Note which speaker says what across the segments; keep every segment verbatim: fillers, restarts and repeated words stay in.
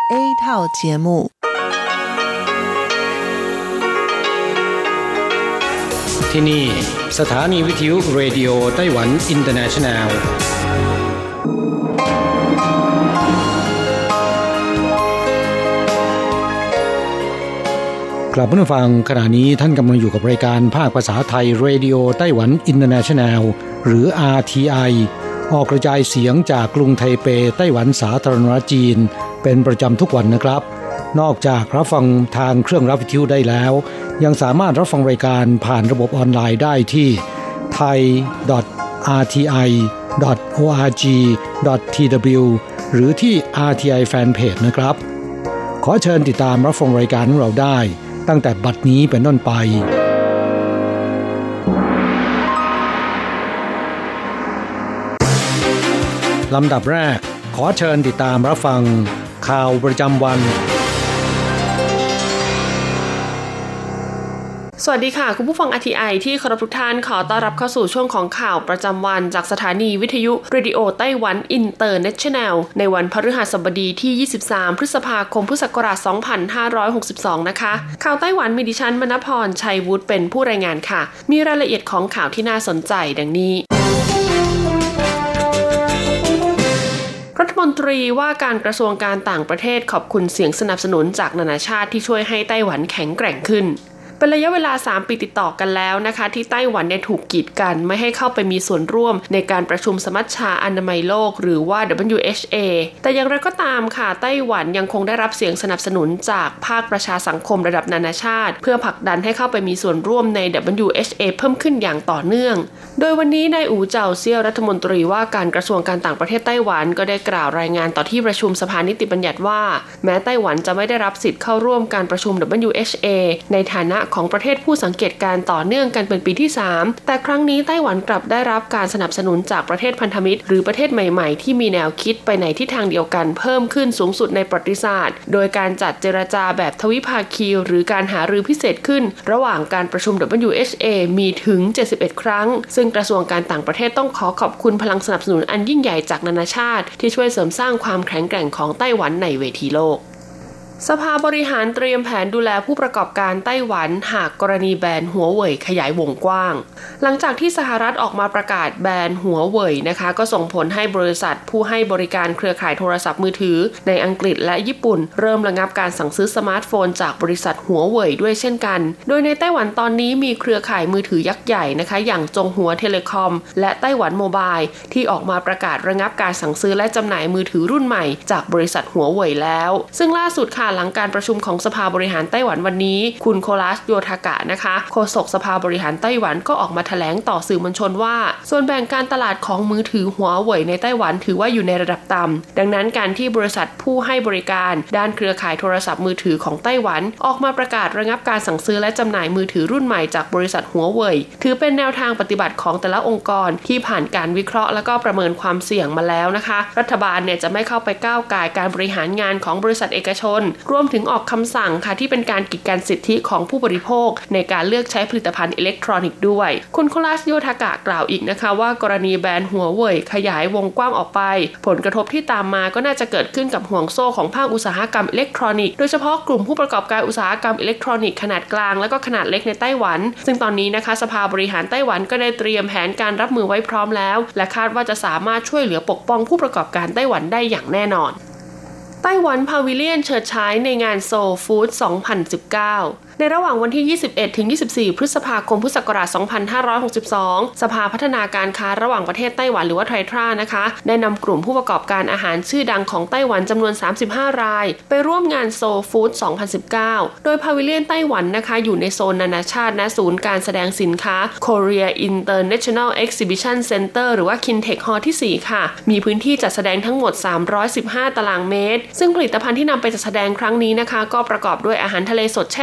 Speaker 1: A 套节目
Speaker 2: ที่นี่สถานีวิทยุเรดิโอไต้หวันอินเตอร์เนชั่นแนลกลับมาฟังขณะนี้ท่านกำลังอยู่กับรายการภาคภาษาไทยเรดิโอไต้หวันอินเตอร์เนชั่นแนลหรือ อาร์ ที ไอ ออกกระจายเสียงจากกรุงไทเปไต้หวันสาธารณรัฐจีนเป็นประจำทุกวันนะครับนอกจากรับฟังทางเครื่องรับวิทยุได้แล้วยังสามารถรับฟังรายการผ่านระบบออนไลน์ได้ที่ ไทย ดอท อาร์ ที ไอ ดอท โอ อาร์ จี ดอท ที ดับเบิลยู หรือที่ อาร์ ที ไอ Fanpage นะครับขอเชิญติดตามรับฟังรายการของเราได้ตั้งแต่บัดนี้เป็นต้นไปลำดับแรกขอเชิญติดตามรับฟังข่าวประจำวัน
Speaker 3: สวัสดีค่ะคุณผู้ฟัง อาร์ ที ไอ ที่เคารพทุกท่านขอต้อนรับเข้าสู่ช่วงของข่าวประจำวันจากสถานีวิทยุเรดิโอไต้หวันอินเตอร์เนชั่นแนลในวันพฤหัสบดีที่ยี่สิบสามพฤษภาคมพุทธศักราชสองพันห้าร้อยหกสิบสองนะคะข่าวไต้หวันมีดิฉันมณพรชัยวุฒิเป็นผู้รายงานค่ะมีรายละเอียดของข่าวที่น่าสนใจดังนี้รัฐมนตรีว่าการกระทรวงการต่างประเทศขอบคุณเสียงสนับสนุนจากนานาชาติที่ช่วยให้ไต้หวันแข็งแกร่งขึ้นเป็นระยะเวลาสามปีติดต่อกันแล้วนะคะที่ไต้หวันเนี่ยถูกกีดกันไม่ให้เข้าไปมีส่วนร่วมในการประชุมสมัชชาอนามัยโลกหรือว่า ดับเบิลยู เอช เอ แต่อย่างไรก็ตามค่ะไต้หวันยังคงได้รับเสียงสนับสนุนจากภาคประชาสังคมระดับนานาชาติเพื่อผลักดันให้เข้าไปมีส่วนร่วมใน ดับเบิลยู เอช เอ เพิ่มขึ้นอย่างต่อเนื่องโดยวันนี้นายอู๋เจ่าเซี่ยวรัฐมนตรีว่าการกระทรวงการต่างประเทศไต้หวันก็ได้กล่าวรายงานต่อที่ประชุมสภานิติบัญญัติว่าแม้ไต้หวันจะไม่ได้รับสิทธิ์เข้าร่วมการประชุม ดับเบิลยู เอช เอ ในฐานะของประเทศผู้สังเกตการต่อเนื่องกันเป็นปีที่สามแต่ครั้งนี้ไต้หวันกลับได้รับการสนับสนุนจากประเทศพันธมิตรหรือประเทศใหม่ๆที่มีแนวคิดไปในทิศทางเดียวกันเพิ่มขึ้นสูงสุดในประวัติศาสตร์โดยการจัดเจรจาแบบทวิภาคีหรือการหารือพิเศษขึ้นระหว่างการประชุม ดับเบิลยู เอช เอ มีถึงเจ็ดสิบเอ็ดครั้งซึ่งกระทรวงการต่างประเทศต้องขอขอบคุณพลังสนับสนุนอันยิ่งใหญ่จากนานาชาติที่ช่วยเสริมสร้างความแข็งแกร่งของไต้หวันในเวทีโลกสภาบริหารเตรียมแผนดูแลผู้ประกอบการไต้หวันหากกรณีแบนหัวเว่ยขยายวงกว้างหลังจากที่สหรัฐออกมาประกาศแบนหัวเว่ยนะคะก็ส่งผลให้บริษัทผู้ให้บริการเครือข่ายโทรศัพท์มือถือในอังกฤษและญี่ปุ่นเริ่มระงับการสั่งซื้อสมาร์ทโฟนจากบริษัทหัวเว่ยด้วยเช่นกันโดยในไต้หวันตอนนี้มีเครือข่ายมือถือยักษ์ใหญ่นะคะอย่างจงหัวเทเลคอมและไต้หวันโมบายที่ออกมาประกาศระงับการสั่งซื้อและจำหน่ายมือถือรุ่นใหม่จากบริษัทหัวเว่ยแล้วซึ่งล่าสุดค่ะหลังการประชุมของสภาบริหารไต้หวันวันนี้คุณโคลัสโยทากะนะคะโฆษกสภาบริหารไต้หวันก็ออกมาแถลงต่อสื่อมวลชนว่าส่วนแบ่งการตลาดของมือถือหัวเว่ยในไต้หวันถือว่าอยู่ในระดับต่ำดังนั้นการที่บริษัทผู้ให้บริการด้านเครือข่ายโทรศัพท์มือถือของไต้หวันออกมาประกาศระงับการสั่งซื้อและจำหน่ายมือถือรุ่นใหม่จากบริษัทหัวเว่ยถือเป็นแนวทางปฏิบัติของแต่ละองค์กรที่ผ่านการวิเคราะห์และก็ประเมินความเสี่ยงมาแล้วนะคะรัฐบาลเนี่ยจะไม่เข้าไปก้าวก่ายการบริหารงานของบริษัทเอกชนรวมถึงออกคำสั่งค่ะที่เป็นการกีดกันสิทธิของผู้บริโภคในการเลือกใช้ผลิตภัณฑ์อิเล็กทรอนิกส์ด้วยคุณโคลัสโยทากะกล่าวอีกนะคะว่ากรณีแบนหัวเว่ยขยายวงกว้างออกไปผลกระทบที่ตามมาก็น่าจะเกิดขึ้นกับห่วงโซ่ของภาคอุตสาหกรรมอิเล็กทรอนิกส์โดยเฉพาะกลุ่มผู้ประกอบการอุตสาหกรรมอิเล็กทรอนิกส์ขนาดกลางและก็ขนาดเล็กในไต้หวันซึ่งตอนนี้นะคะสภาบริหารไต้หวันก็ได้เตรียมแผนการรับมือไว้พร้อมแล้วและคาดว่าจะสามารถช่วยเหลือปกป้องผู้ประกอบการไต้หวันได้อย่างแน่นอนไต้หวันพาวิเลียนเฉิดฉายในงานโซลฟู้ดสองพันสิบเก้าในระหว่างวันที่ยี่สิบเอ็ดถึงยี่สิบสี่พฤษภาคมพุทธศักราชสองพันห้าร้อยหกสิบสองสภาพัฒนาการค้าระหว่างประเทศไต้หวันหรือว่าไททรานะคะได้นำกลุ่มผู้ประกอบการอาหารชื่อดังของไต้หวันจำนวนสามสิบห้ารายไปร่วมงานโซลฟู้ดสองพันสิบเก้าโดยพาวิเลียนไต้หวันนะคะอยู่ในโซนนานาชาติณศูนย์การแสดงสินค้า Korea International Exhibition Center หรือว่า Kintech Hall ที่สี่ค่ะมีพื้นที่จัดแสดงทั้งหมดสามร้อยสิบห้าตารางเมตรซึ่งผลิตภัณฑ์ที่นำไปจัดแสดงครั้งนี้นะคะก็ประกอบด้วยอาหารทะเลสดแช่แข็ง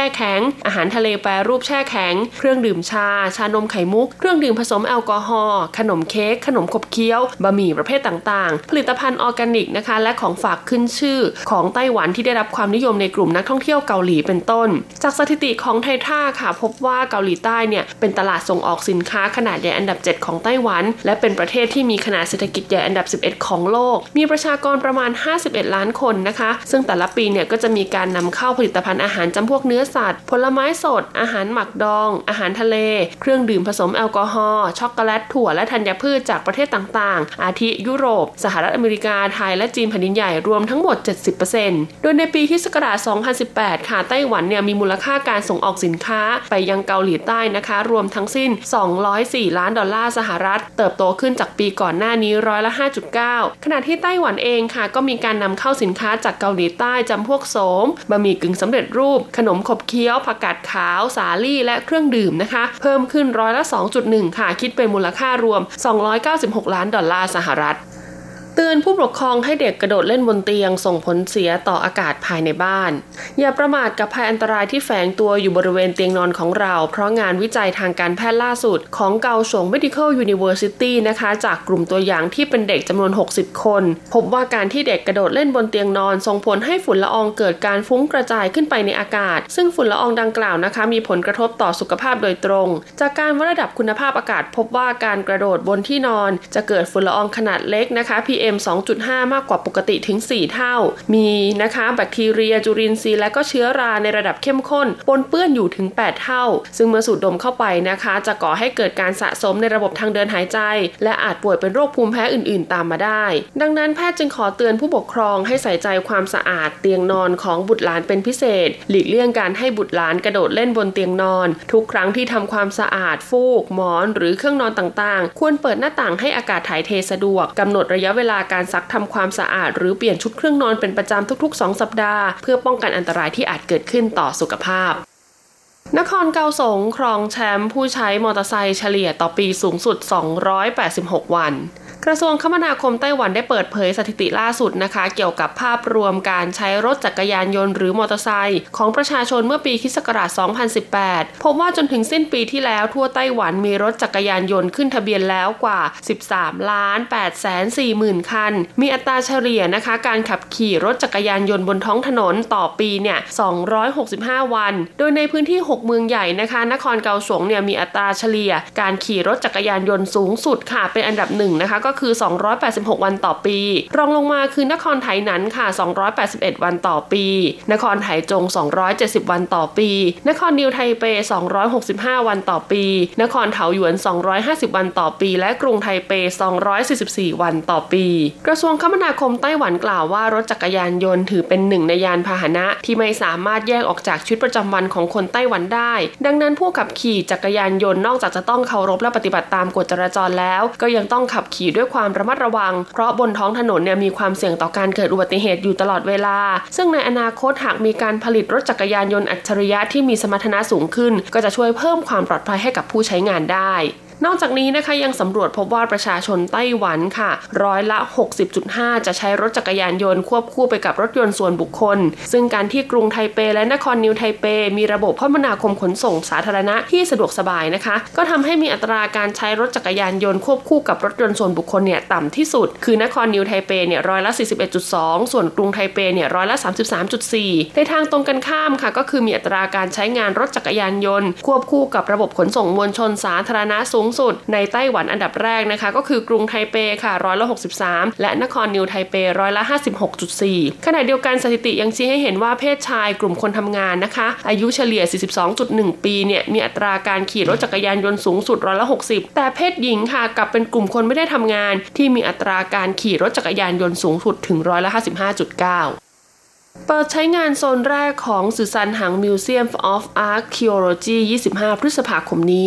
Speaker 3: อาหารทะเลแปรรูปแช่แข็งเครื่องดื่มชาชานมไข่มุกเครื่องดื่มผสมแอลกอฮอล์ขนมเค้กขนมขบเคี้ยวบะหมี่ประเภทต่างๆผลิตภัณฑ์ออร์แกนิกนะคะและของฝากขึ้นชื่อของไต้หวันที่ได้รับความนิยมในกลุ่มนักท่องเที่ยวเกาหลีเป็นต้นจากสถิติของไทท่าค่ะพบว่าเกาหลีใต้เนี่ยเป็นตลาดส่งออกสินค้าขนาดใหญ่อันดับเจ็ดของไต้หวันและเป็นประเทศที่มีขนาดเศรษฐกิจใหญ่อันดับสิบเอ็ดของโลกมีประชากรประมาณห้าสิบเอ็ดล้านคนนะคะซึ่งแต่ละปีเนี่ยก็จะมีการนำเข้าผลิตภัณฑ์อาหารจำพวกเนื้อสัตว์ผลไม้สดอาหารหมักดองอาหารทะเลเครื่องดื่มผสมแอลกอฮอล์ช็อกโกแลตถั่วและธัญพืชจากประเทศต่างๆอาทิยุโรปสหรัฐอเมริกาไทยและจีนแผ่นดินใหญ่รวมทั้งหมด เจ็ดสิบเปอร์เซ็นต์ โดยในปีค.ศ. สองพันสิบแปดค่ะไต้หวันเนี่ยมีมูลค่าการส่งออกสินค้าไปยังเกาหลีใต้นะคะรวมทั้งสิ้นสองร้อยสี่ล้านดอลลาร์สหรัฐเติบโตขึ้นจากปีก่อนหน้านี้ร้อยละ ห้าจุดเก้า ขณะที่ไต้หวันเองค่ะก็มีการนำเข้าสินค้าจากเกาหลีใต้จำพวกโสมบะหมี่กึ่งสำเร็จรูปขนมขบเคี้ยวผักกาดขาวสาลี่และเครื่องดื่มนะคะเพิ่มขึ้นร้อยละ สองจุดหนึ่ง ค่ะคิดเป็นมูลค่ารวมสองร้อยเก้าสิบหกล้านดอลลาร์สหรัฐเตือนผู้ปกครองให้เด็กกระโดดเล่นบนเตียงส่งผลเสียต่ออากาศภายในบ้านอย่าประมาทกับภัยอันตรายที่แฝงตัวอยู่บริเวณเตียงนอนของเราเพราะงานวิจัยทางการแพทย์ล่าสุดของเกาสง Medical University นะคะจากกลุ่มตัวอย่างที่เป็นเด็กจำนวนหกสิบคนพบว่าการที่เด็กกระโดดเล่นบนเตียงนอนส่งผลให้ฝุ่นละอองเกิดการฟุ้งกระจายขึ้นไปในอากาศซึ่งฝุ่นละอองดังกล่าวนะคะมีผลกระทบต่อสุขภาพโดยตรงจากการวัดระดับคุณภาพอากาศพบว่าการกระโดดบนที่นอนจะเกิดฝุ่นละอองขนาดเล็กนะคะ พี เอ็ม สองจุดห้า มากกว่าปกติถึงสี่เท่ามีนะคะแบคทีเรียจุลินทรีย์และก็เชื้อราในระดับเข้มข้นปนเปื้อนอยู่ถึงแปดเท่าซึ่งเมื่อสูดดมเข้าไปนะคะจะก่อให้เกิดการสะสมในระบบทางเดินหายใจและอาจป่วยเป็นโรคภูมิแพ้อื่นๆตามมาได้ดังนั้นแพทย์จึงขอเตือนผู้ปกครองให้ใส่ใจความสะอาดเตียงนอนของบุตรหลานเป็นพิเศษหลีกเลี่ยงการให้บุตรหลานกระโดดเล่นบนเตียงนอนทุกครั้งที่ทำความสะอาดฟูกหมอนหรือเครื่องนอนต่างๆควรเปิดหน้าต่างให้อากาศถ่ายเทสะดวกกำหนดระยะเวลาการซักทำความสะอาดหรือเปลี่ยนชุดเครื่องนอนเป็นประจำทุกๆสองสัปดาห์เพื่อป้องกันอันตรายที่อาจเกิดขึ้นต่อสุขภาพนครเกาสงครองแชมป์ผู้ใช้มอเตอร์ไซค์เฉลี่ยต่อปีสูงสุดสองร้อยแปดสิบหกวันกระทรวงคมนาคมไต้หวันได้เปิดเผยสถิติล่าสุดนะคะเกี่ยวกับภาพรวมการใช้รถจักรยานยนต์หรือมอเตอร์ไซค์ของประชาชนเมื่อปีค.ศ. สองพันสิบแปดพบว่าจนถึงสิ้นปีที่แล้วทั่วไต้หวันมีรถจักรยานยนต์ขึ้นทะเบียนแล้วกว่าสิบสามล้านแปดแสนสี่หมื่นคันมีอัตราเฉลี่ยนะคะการขับขี่รถจักรยานยนต์บนท้องถนนต่อปีเนี่ยสองร้อยหกสิบห้าวันโดยในพื้นที่หกเมืองใหญ่นะคะนครเกาสงเนี่ยมีอัตราเฉลี่ยการขี่รถจักรยานยนต์สูงสุดค่ะเป็นอันดับหนึ่งนะคะก็คือสองร้อยแปดสิบหกวันต่อปีรองลงมาคือนครไถหนันค่ะสองร้อยแปดสิบเอ็ดวันต่อปีนครไถจงสองร้อยเจ็ดสิบวันต่อปีนครนิวไทเปสองร้อยหกสิบห้าวันต่อปีนครเถาหยวนสองร้อยห้าสิบวันต่อปีและกรุงไทเปสองร้อยสี่สิบสี่วันต่อปีกระทรวงคมนาคมไต้หวันกล่าวว่ารถจักรยานยนต์ถือเป็นหนึ่งในยานพาหนะที่ไม่สามารถแยกออกจากชีวิตประจำวันของคนไต้หวันได้ดังนั้นผู้ขับขี่จักรยานยนต์นอกจากจะต้องเคารพและปฏิบัติตามกฎจราจรแล้วก็ยังต้องขับขี่ด้วยความระมัดระวังเพราะบนท้องถนนเนี่ยมีความเสี่ยงต่อการเกิดอุบัติเหตุอยู่ตลอดเวลาซึ่งในอนาคตหากมีการผลิตรถจักรยานยนต์อัจฉริยะที่มีสมรรถนะสูงขึ้นก็จะช่วยเพิ่มความปลอดภัยให้กับผู้ใช้งานได้นอกจากนี้นะคะยังสำรวจพบว่าประชาชนไต้หวันค่ะร้อยละ หกสิบจุดห้า จะใช้รถจักรยานยนต์ควบคู่ไปกับรถยนต์ส่วนบุคคลซึ่งการที่กรุงไทเปและนครนิวไทเปมีระบบคมนาคมขนส่งสาธารณะที่สะดวกสบายนะคะก็ทำให้มีอัตราการใช้รถจักรยานยนต์ควบคู่กับรถยนต์ส่วนบุคคลเนี่ยต่ำที่สุดคือนครนิวไทเปเนี่ยร้อยละ สี่สิบเอ็ดจุดสอง ส่วนกรุงไทเปเนี่ยร้อยละ สามสิบสามจุดสี่ ในทางตรงกันข้ามค่ะก็คือมีอัตราการใช้งานรถจักรยานยนต์ควบคู่กับระบบขนส่งมวลชนสาธารณะสูงสุดในไต้หวันอันดับแรกนะคะก็คือกรุงไทเปค่ะร้อยละหกสิบสามและนครนิวไทเปร้อยละ ห้าสิบหกจุดสี่ ขณะเดียวกันสถิติยังชี้ให้เห็นว่าเพศชายกลุ่มคนทำงานนะคะอายุเฉลี่ย สี่สิบสองจุดหนึ่ง ปีเนี่ยมีอัตราการขี่รถจักรยานยนต์สูงสุดร้อยละหกสิบแต่เพศหญิงค่ะกลับเป็นกลุ่มคนไม่ได้ทำงานที่มีอัตราการขี่รถจักรยานยนต์สูงสุดถึงร้อยละ ห้าสิบห้าจุดเก้าเปิดใช้งานโซนแรกของสื่อซันหัง Museum of Archaeology ยี่สิบห้า พฤษภาคมนี้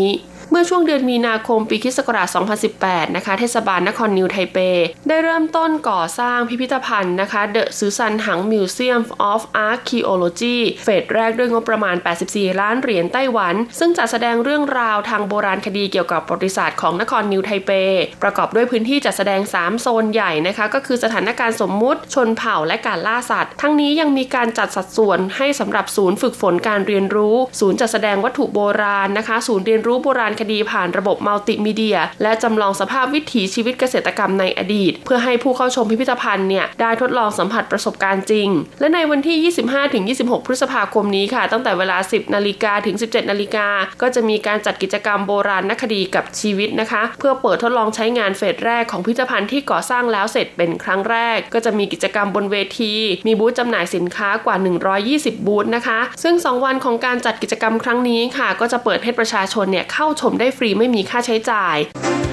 Speaker 3: เมื่อช่วงเดือนมีนาคมปีค.ศ. สองพันสิบแปดนะคะเทศบาลนครนิวไทเปได้เริ่มต้นก่อสร้างพิพิธภัณฑ์นะคะ The Susan Hang Museum of Archaeology เฟสแรกด้วยงบประมาณแปดสิบสี่ล้านเหรียญไต้หวันซึ่งจัดแสดงเรื่องราวทางโบราณคดีเกี่ยวกับประวัติศาสตร์ของนครนิวไทเปประกอบด้วยพื้นที่จัดแสดงสามโซนใหญ่นะคะก็คือสถานการณ์สมมุติชนเผ่าและการล่าสัตว์ทั้งนี้ยังมีการจัดสัดส่วนให้สำหรับศูนย์ฝึกฝนการเรียนรู้ศูนย์จัดแสดงวัตถุโบราณนะคะศูนย์เรียนรู้โบราณคดีผ่านระบบมัลติมีเดียและจำลองสภาพวิถีชีวิตเกษตรกรรมในอดีตเพื่อให้ผู้เข้าชมพิพิธภัณฑ์เนี่ยได้ทดลองสัมผัสประสบการณ์จริงและในวันที่ ยี่สิบห้าถึงยี่สิบหก พฤษภาคมนี้ค่ะตั้งแต่เวลา สิบนาฬิกา ถึง สิบเจ็ดนาฬิกาก็จะมีการจัดกิจกรรมโบราณคดีกับชีวิตนะคะเพื่อเปิดทดลองใช้งานเฟสแรกของพิพิธภัณฑ์ที่ก่อสร้างแล้วเสร็จเป็นครั้งแรกก็จะมีกิจกรรมบนเวทีมีบูธจำหน่ายสินค้ากว่าหนึ่งร้อยยี่สิบบูธนะคะซึ่งสองวันของการจัดกิจกรรมครั้งนี้ค่ะก็จะเปิดให้ประชาชนเนี่ยเข้าชมได้ฟรีไม่มีค่าใช้จ่าย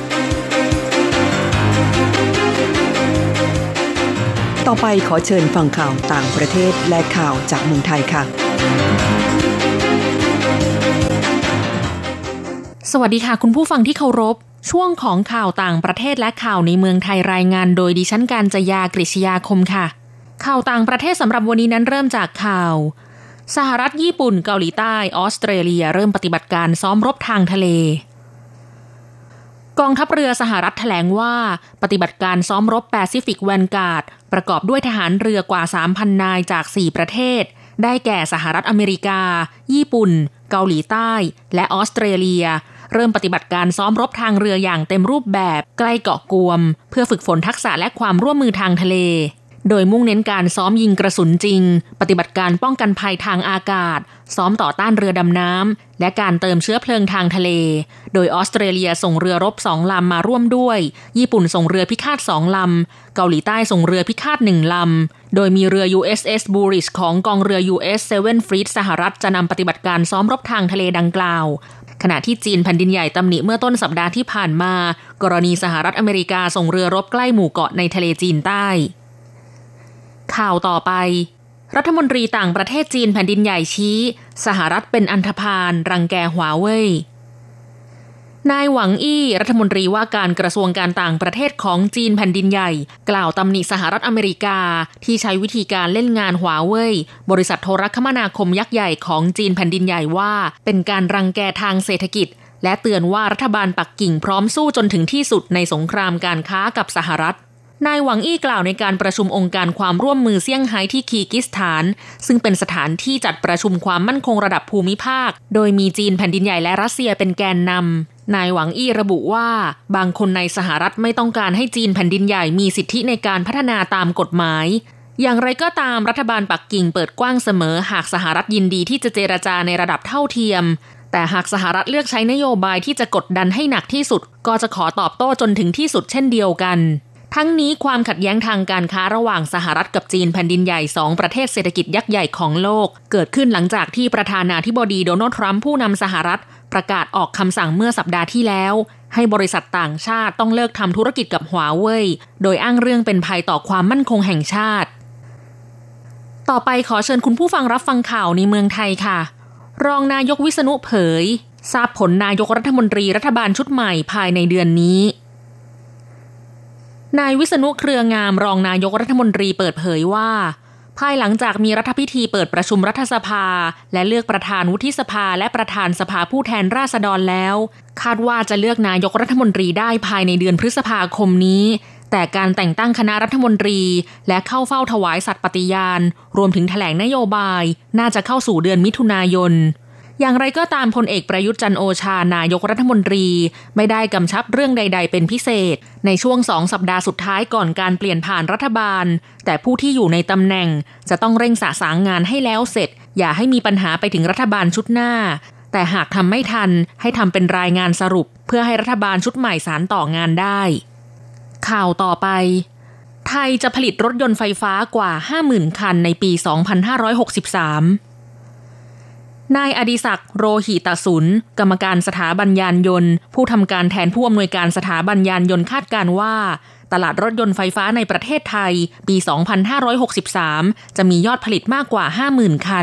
Speaker 1: ต่อไปขอเชิญฟังข่าวต่างประเทศและข่าวจากเมืองไทยค่ะ
Speaker 4: สวัสดีค่ะคุณผู้ฟังที่เคารพช่วงของข่าวต่างประเทศและข่าวในเมืองไทยรายงานโดยดิฉันกาญจยากฤษยาคมค่ะข่าวต่างประเทศสำหรับวันนี้นั้นเริ่มจากข่าวสหรัฐญี่ปุ่นเกาหลีใต้ออสเตรเลียเริ่มปฏิบัติการซ้อมรบทางทะเลกองทัพเรือสหรัฐแถลงว่าปฏิบัติการซ้อมรบแปซิฟิกแวนการ์ดประกอบด้วยทหารเรือกว่า สามพัน นายจากสี่ประเทศได้แก่สหรัฐอเมริกาญี่ปุ่นเกาหลีใต้และออสเตรเลียเริ่มปฏิบัติการซ้อมรบทางเรืออย่างเต็มรูปแบบใกล้เกาะกวมเพื่อฝึกฝนทักษะและความร่วมมือทางทะเลโดยมุ่งเน้นการซ้อมยิงกระสุนจริงปฏิบัติการป้องกันภัยทางอากาศซ้อมต่อต้านเรือดำน้ำและการเติมเชื้อเพลิงทางทะเลโดยออสเตรเลียส่งเรือรบสองลำมาร่วมด้วยญี่ปุ่นส่งเรือพิฆาตสองลำเกาหลีใต้ส่งเรือพิฆาตหนึ่งลำโดยมีเรือ ยู เอส เอส Bullish ของกองเรือ ยู เอส Seventh Fleet สหรัฐจะนำปฏิบัติการซ้อมรบทางทะเลดังกล่าวขณะที่จีนแผ่นดินใหญ่ตำหนิเมื่อต้นสัปดาห์ที่ผ่านมากรณีสหรัฐอเมริกาส่งเรือรบใกล้หมู่เกาะในทะเลจีนใต้ข่าวต่อไปรัฐมนตรีต่างประเทศจีนแผ่นดินใหญ่ชี้สหรัฐเป็นอันธพาลรังแกหัวเว่ยนายหวังอี้รัฐมนตรีว่าการกระทรวงการต่างประเทศของจีนแผ่นดินใหญ่กล่าวตำหนิสหรัฐอเมริกาที่ใช้วิธีการเล่นงานหัวเว่ยบริษัทโทรคมนาคมยักษ์ใหญ่ของจีนแผ่นดินใหญ่ว่าเป็นการรังแกทางเศรษฐกิจและเตือนว่ารัฐบาลปักกิ่งพร้อมสู้จนถึงที่สุดในสงครามการค้ากับสหรัฐนายหวังอี้กล่าวในการประชุมองค์การความร่วมมือเซี่ยงไฮ้ที่คีร์กิสถานซึ่งเป็นสถานที่จัดประชุมความมั่นคงระดับภูมิภาคโดยมีจีนแผ่นดินใหญ่และรัสเซียเป็นแกนนำนายหวังอี้ระบุว่าบางคนในสหรัฐไม่ต้องการให้จีนแผ่นดินใหญ่มีสิทธิในการพัฒนาตามกฎหมายอย่างไรก็ตามรัฐบาลปักกิ่งเปิดกว้างเสมอหากสหรัฐยินดีที่จะเจรจาในระดับเท่าเทียมแต่หากสหรัฐเลือกใช้นโยบายที่จะกดดันให้หนักที่สุดก็จะขอตอบโต้จนถึงที่สุดเช่นเดียวกันทั้งนี้ความขัดแย้งทางการค้าระหว่างสหรัฐกับจีนแผ่นดินใหญ่สองประเทศเศรษฐกิจยักษ์ใหญ่ของโลกเกิดขึ้นหลังจากที่ประธานาธิบดีโดนัลด์ทรัมป์ผู้นำสหรัฐประกาศออกคำสั่งเมื่อสัปดาห์ที่แล้วให้บริษัทต่างชาติต้องเลิกทำธุรกิจกับหัวเว่ยโดยอ้างเรื่องเป็นภัยต่อความมั่นคงแห่งชาติต่อไปขอเชิญคุณผู้ฟังรับฟังข่าวในเมืองไทยค่ะรองนายกวิษณุเผยทราบผลนายกรัฐมนตรีรัฐบาลชุดใหม่ภายในเดือนนี้นายวิษณุเครืองามรองนายกรัฐมนตรีเปิดเผยว่าภายหลังจากมีรัฐพิธีเปิดประชุมรัฐสภาและเลือกประธานวุฒิสภาและประธานสภาผู้แทนราษฎรแล้วคาดว่าจะเลือกนายกรัฐมนตรีได้ภายในเดือนพฤษภาคมนี้แต่การแต่งตั้งคณะรัฐมนตรีและเข้าเฝ้าถวายสัตย์ปฏิญาณรวมถึงแถลงนโยบายน่าจะเข้าสู่เดือนมิถุนายนอย่างไรก็ตามพลเอกประยุทธ์จันทร์โอชานายกรัฐมนตรีไม่ได้กำชับเรื่องใดๆเป็นพิเศษในช่วงสองสัปดาห์สุดท้ายก่อนการเปลี่ยนผ่านรัฐบาลแต่ผู้ที่อยู่ในตำแหน่งจะต้องเร่งสะสางงานให้แล้วเสร็จอย่าให้มีปัญหาไปถึงรัฐบาลชุดหน้าแต่หากทำไม่ทันให้ทำเป็นรายงานสรุปเพื่อให้รัฐบาลชุดใหม่สานต่องานได้ข่าวต่อไปไทยจะผลิตรถยนต์ไฟฟ้ากว่า ห้าหมื่น คันในปี สองพันห้าร้อยหกสิบสามนายอดิศักดิ์โรหิตสุนกรรมการสถาบันยานยนต์ผู้ทำการแทนผู้อำนวยการสถาบันยานยนต์คาดการณ์ว่าตลาดรถยนต์ไฟฟ้าในประเทศไทยปี สองพันห้าร้อยหกสิบสาม จะมียอดผลิตมากกว่า ห้าหมื่น คัน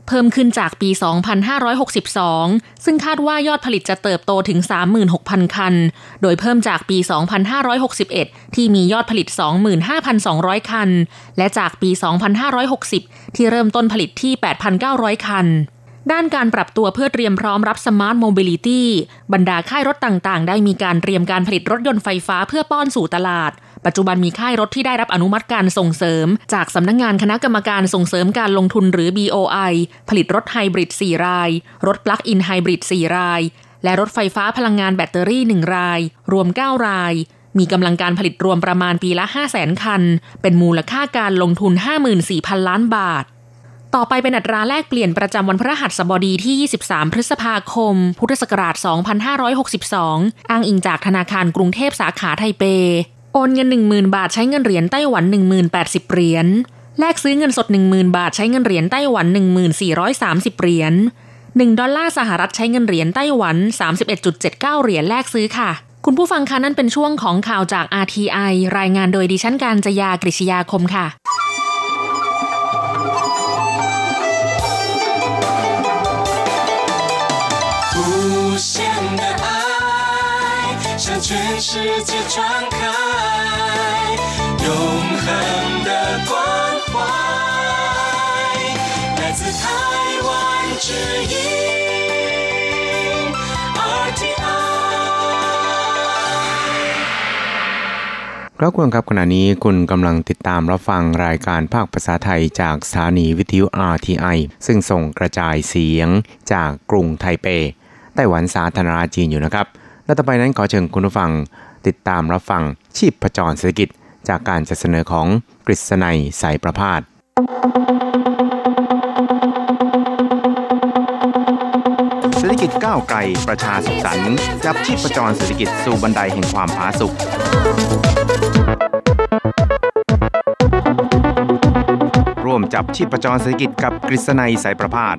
Speaker 4: เพิ่มขึ้นจากปี สองพันห้าร้อยหกสิบสอง ซึ่งคาดว่ายอดผลิตจะเติบโตถึง สามหมื่นหกพัน คันโดยเพิ่มจากปี สองพันห้าร้อยหกสิบเอ็ด ที่มียอดผลิต สองหมื่นห้าพันสองร้อย คันและจากปี สองพันห้าร้อยหกสิบ ที่เริ่มต้นผลิตที่ แปดพันเก้าร้อย คันด้านการปรับตัวเพื่อเตรียมพร้อมรับ Smart Mobility บรรดาค่ายรถต่างๆได้มีการเตรียมการผลิตรถยนต์ไฟฟ้าเพื่อป้อนสู่ตลาดปัจจุบันมีค่ายรถที่ได้รับอนุมัติการส่งเสริมจากสำนักงานคณะกรรมการส่งเสริมการลงทุนหรือ บี โอ ไอ ผลิตรถไฮบริดสี่รายรถปลั๊กอินไฮบริดสี่รายและรถไฟฟ้าพลังงานแบตเตอรี่หนึ่งรายรวมเก้ารายมีกำลังการผลิตรวมประมาณปีละ ห้าแสน คันเป็นมูลค่าการลงทุน ห้าหมื่นสี่พัน ล้านบาทต่อไปเป็นอัตราแลกเปลี่ยนประจำวันพฤหัสบดีที่ยี่สิบสามพฤษภาคมพุทธศักราชสองพันห้าร้อยหกสิบสองอ้างอิงจากธนาคารกรุงเทพสาขาไทเปโอนเงิน หนึ่งหมื่น บาทใช้เงินเหรียญไต้หวัน หนึ่งหมื่นแปดสิบ เหรียญแลกซื้อเงินสด หนึ่งหมื่น บาทใช้เงินเหรียญไต้หวัน หนึ่งพันสี่ร้อยสามสิบ เหรียญหนึ่งดอลลาร์สหรัฐใช้เงินเหรียญไต้หวัน สามสิบเอ็ดจุดเจ็ดเก้า เหรียญแลกซื้อค่ะคุณผู้ฟังคะนั่นเป็นช่วงของข่าวจาก อาร์ ที ไอ รายงานโดยดิฉันกาญจยากฤษยาคมค่ะ
Speaker 5: 向全世界传开永恒的关怀来自台湾之音 อาร์ ที ไอ
Speaker 6: ครับคุณครับขณะนี้คุณกำลังติดตามรับฟังรายการภาคภาษาไทยจากสถานีวิทยุ อาร์ ที ไอ ซึ่งส่งกระจายเสียงจากกรุงไทเปไต้หวันสาธารณรัฐจีนอยู่นะครับและต่อไปนั้นขอเชิญคุณผู้ฟังติดตามรับฟังชีพจรเศรษฐกิจจากการจัดเสนอของกฤษณัยสายประภาสเศรษฐกิจก้าวไกลประชาสุขสันต์จับชีพจรเศรษฐกิจสู่บันไดแห่งความผาสุกร่วมจับชีพจรเศรษฐกิจกับกฤษณัยสายประภาส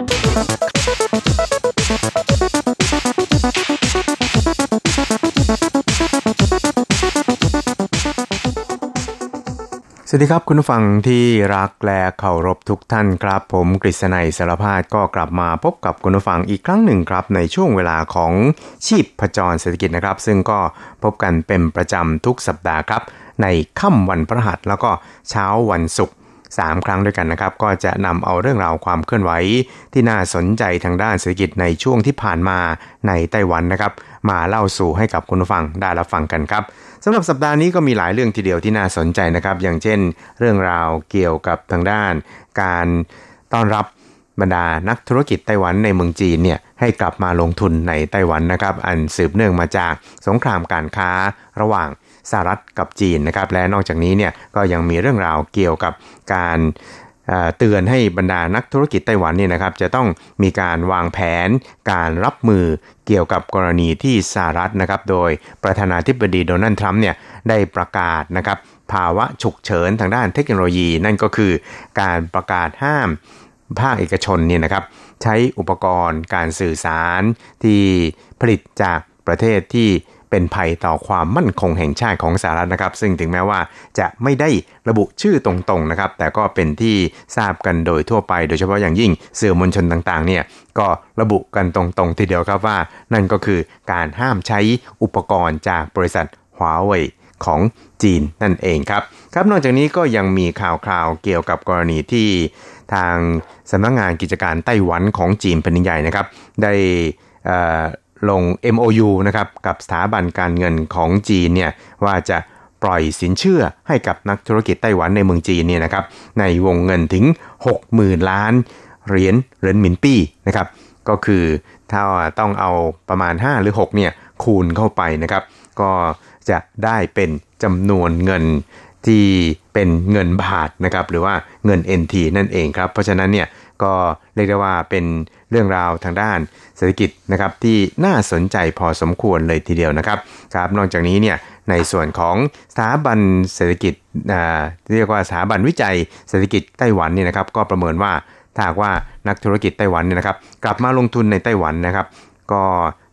Speaker 6: สวัสดีครับคุณผู้ฟังที่รักและเคารพทุกท่านครับผมกฤษณัยสารพาดก็กลับมาพบกับคุณผู้ฟังอีกครั้งหนึ่งครับในช่วงเวลาของชีพจรเศรษฐกิจนะครับซึ่งก็พบกันเป็นประจำทุกสัปดาห์ครับในค่ำวันพฤหัสแล้วก็เช้าวันศุกร์สามครั้งด้วยกันนะครับก็จะนำเอาเรื่องราวความเคลื่อนไหวที่น่าสนใจทางด้านเศรษฐกิจในช่วงที่ผ่านมาในไต้หวันนะครับมาเล่าสู่ให้กับคุณผู้ฟังได้รับฟังกันครับสำหรับสัปดาห์นี้ก็มีหลายเรื่องทีเดียวที่น่าสนใจนะครับอย่างเช่นเรื่องราวเกี่ยวกับทางด้านการต้อนรับบรรดานักธุรกิจไต้หวันในเมืองจีนเนี่ยให้กลับมาลงทุนในไต้หวันนะครับอันสืบเนื่องมาจากสงครามการค้าระหว่างสหรัฐกับจีนนะครับและนอกจากนี้เนี่ยก็ยังมีเรื่องราวเกี่ยวกับการเตือนให้บรรดานักธุรกิจไต้หวันเนี่ยนะครับจะต้องมีการวางแผนการรับมือเกี่ยวกับกรณีที่สหรัฐนะครับโดยประธานาธิบดีโดนัลด์ทรัมป์เนี่ยได้ประกาศนะครับภาวะฉุกเฉินทางด้านเทคโนโลยีนั่นก็คือการประกาศห้ามภาคเอกชนเนี่ยนะครับใช้อุปกรณ์การสื่อสารที่ผลิตจากประเทศที่เป็นภัยต่อความมั่นคงแห่งชาติของสหรัฐนะครับซึ่งถึงแม้ว่าจะไม่ได้ระบุชื่อตรงๆนะครับแต่ก็เป็นที่ทราบกันโดยทั่วไปโดยเฉพาะอย่างยิ่งสื่อมวลชนต่างๆเนี่ยก็ระบุกันตรงๆทีเดียวครับว่านั่นก็คือการห้ามใช้อุปกรณ์จากบริษัทหัวเว่ยของจีนนั่นเองครับครับนอกจากนี้ก็ยังมีข่าวคราวเกี่ยวกับกรณีที่ทางสำนักงานกิจการไต้หวันของจีนแผ่นดินใหญ่นะครับได้ลง เอ็ม โอ ยู นะครับกับสถาบันการเงินของจีนเนี่ยว่าจะปล่อยสินเชื่อให้กับนักธุรกิจไต้หวันในเมืองจีนเนี่ยนะครับในวงเงินถึง หกหมื่น ล้านเหรียญเหรียญหมินปี้นะครับก็คือถ้าต้องเอาประมาณห้าหรือหกเนี่ยคูณเข้าไปนะครับก็จะได้เป็นจำนวนเงินที่เป็นเงินบาทนะครับหรือว่าเงิน เอ็น ที นั่นเองครับเพราะฉะนั้นเนี่ยก็เรียกได้ว่าเป็นเรื่องราวทางด้านเศรษฐกิจนะครับที่น่าสนใจพอสมควรเลยทีเดียวนะครับครับนอกจากนี้เนี่ยในส่วนของสถาบันเศรษฐกิจอ่าเรียกว่าสถาบันวิจัยเศรษฐกิจไต้หวันเนี่ยนะครับก็ประเมินว่าถ้าหากว่านักธุรกิจไต้หวันเนี่ยนะครับกลับมาลงทุนในไต้หวันนะครับก็จะ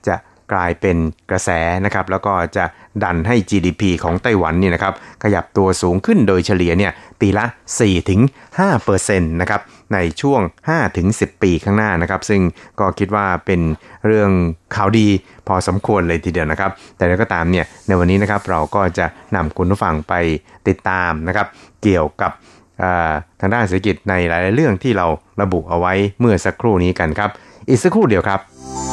Speaker 6: กลายเป็นกระแสนะครับแล้วก็จะดันให้ จี ดี พี ของไต้หวันเนี่ยนะครับขยับตัวสูงขึ้นโดยเฉลี่ยเนี่ยปีละ สี่ถึงห้าเปอร์เซ็นต์ นะครับในช่วง ห้าถึงสิบ ปีข้างหน้านะครับซึ่งก็คิดว่าเป็นเรื่องข่าวดีพอสมควรเลยทีเดียวนะครับแต่แล้วก็ตามเนี่ยในวันนี้นะครับเราก็จะนำคุณผู้ฟังไปติดตามนะครับเกี่ยวกับทางด้านเศรษฐกิจในหลายๆเรื่องที่เราระบุเอาไว้เมื่อสักครู่นี้กันครับอีกสักครู่เดียวครับ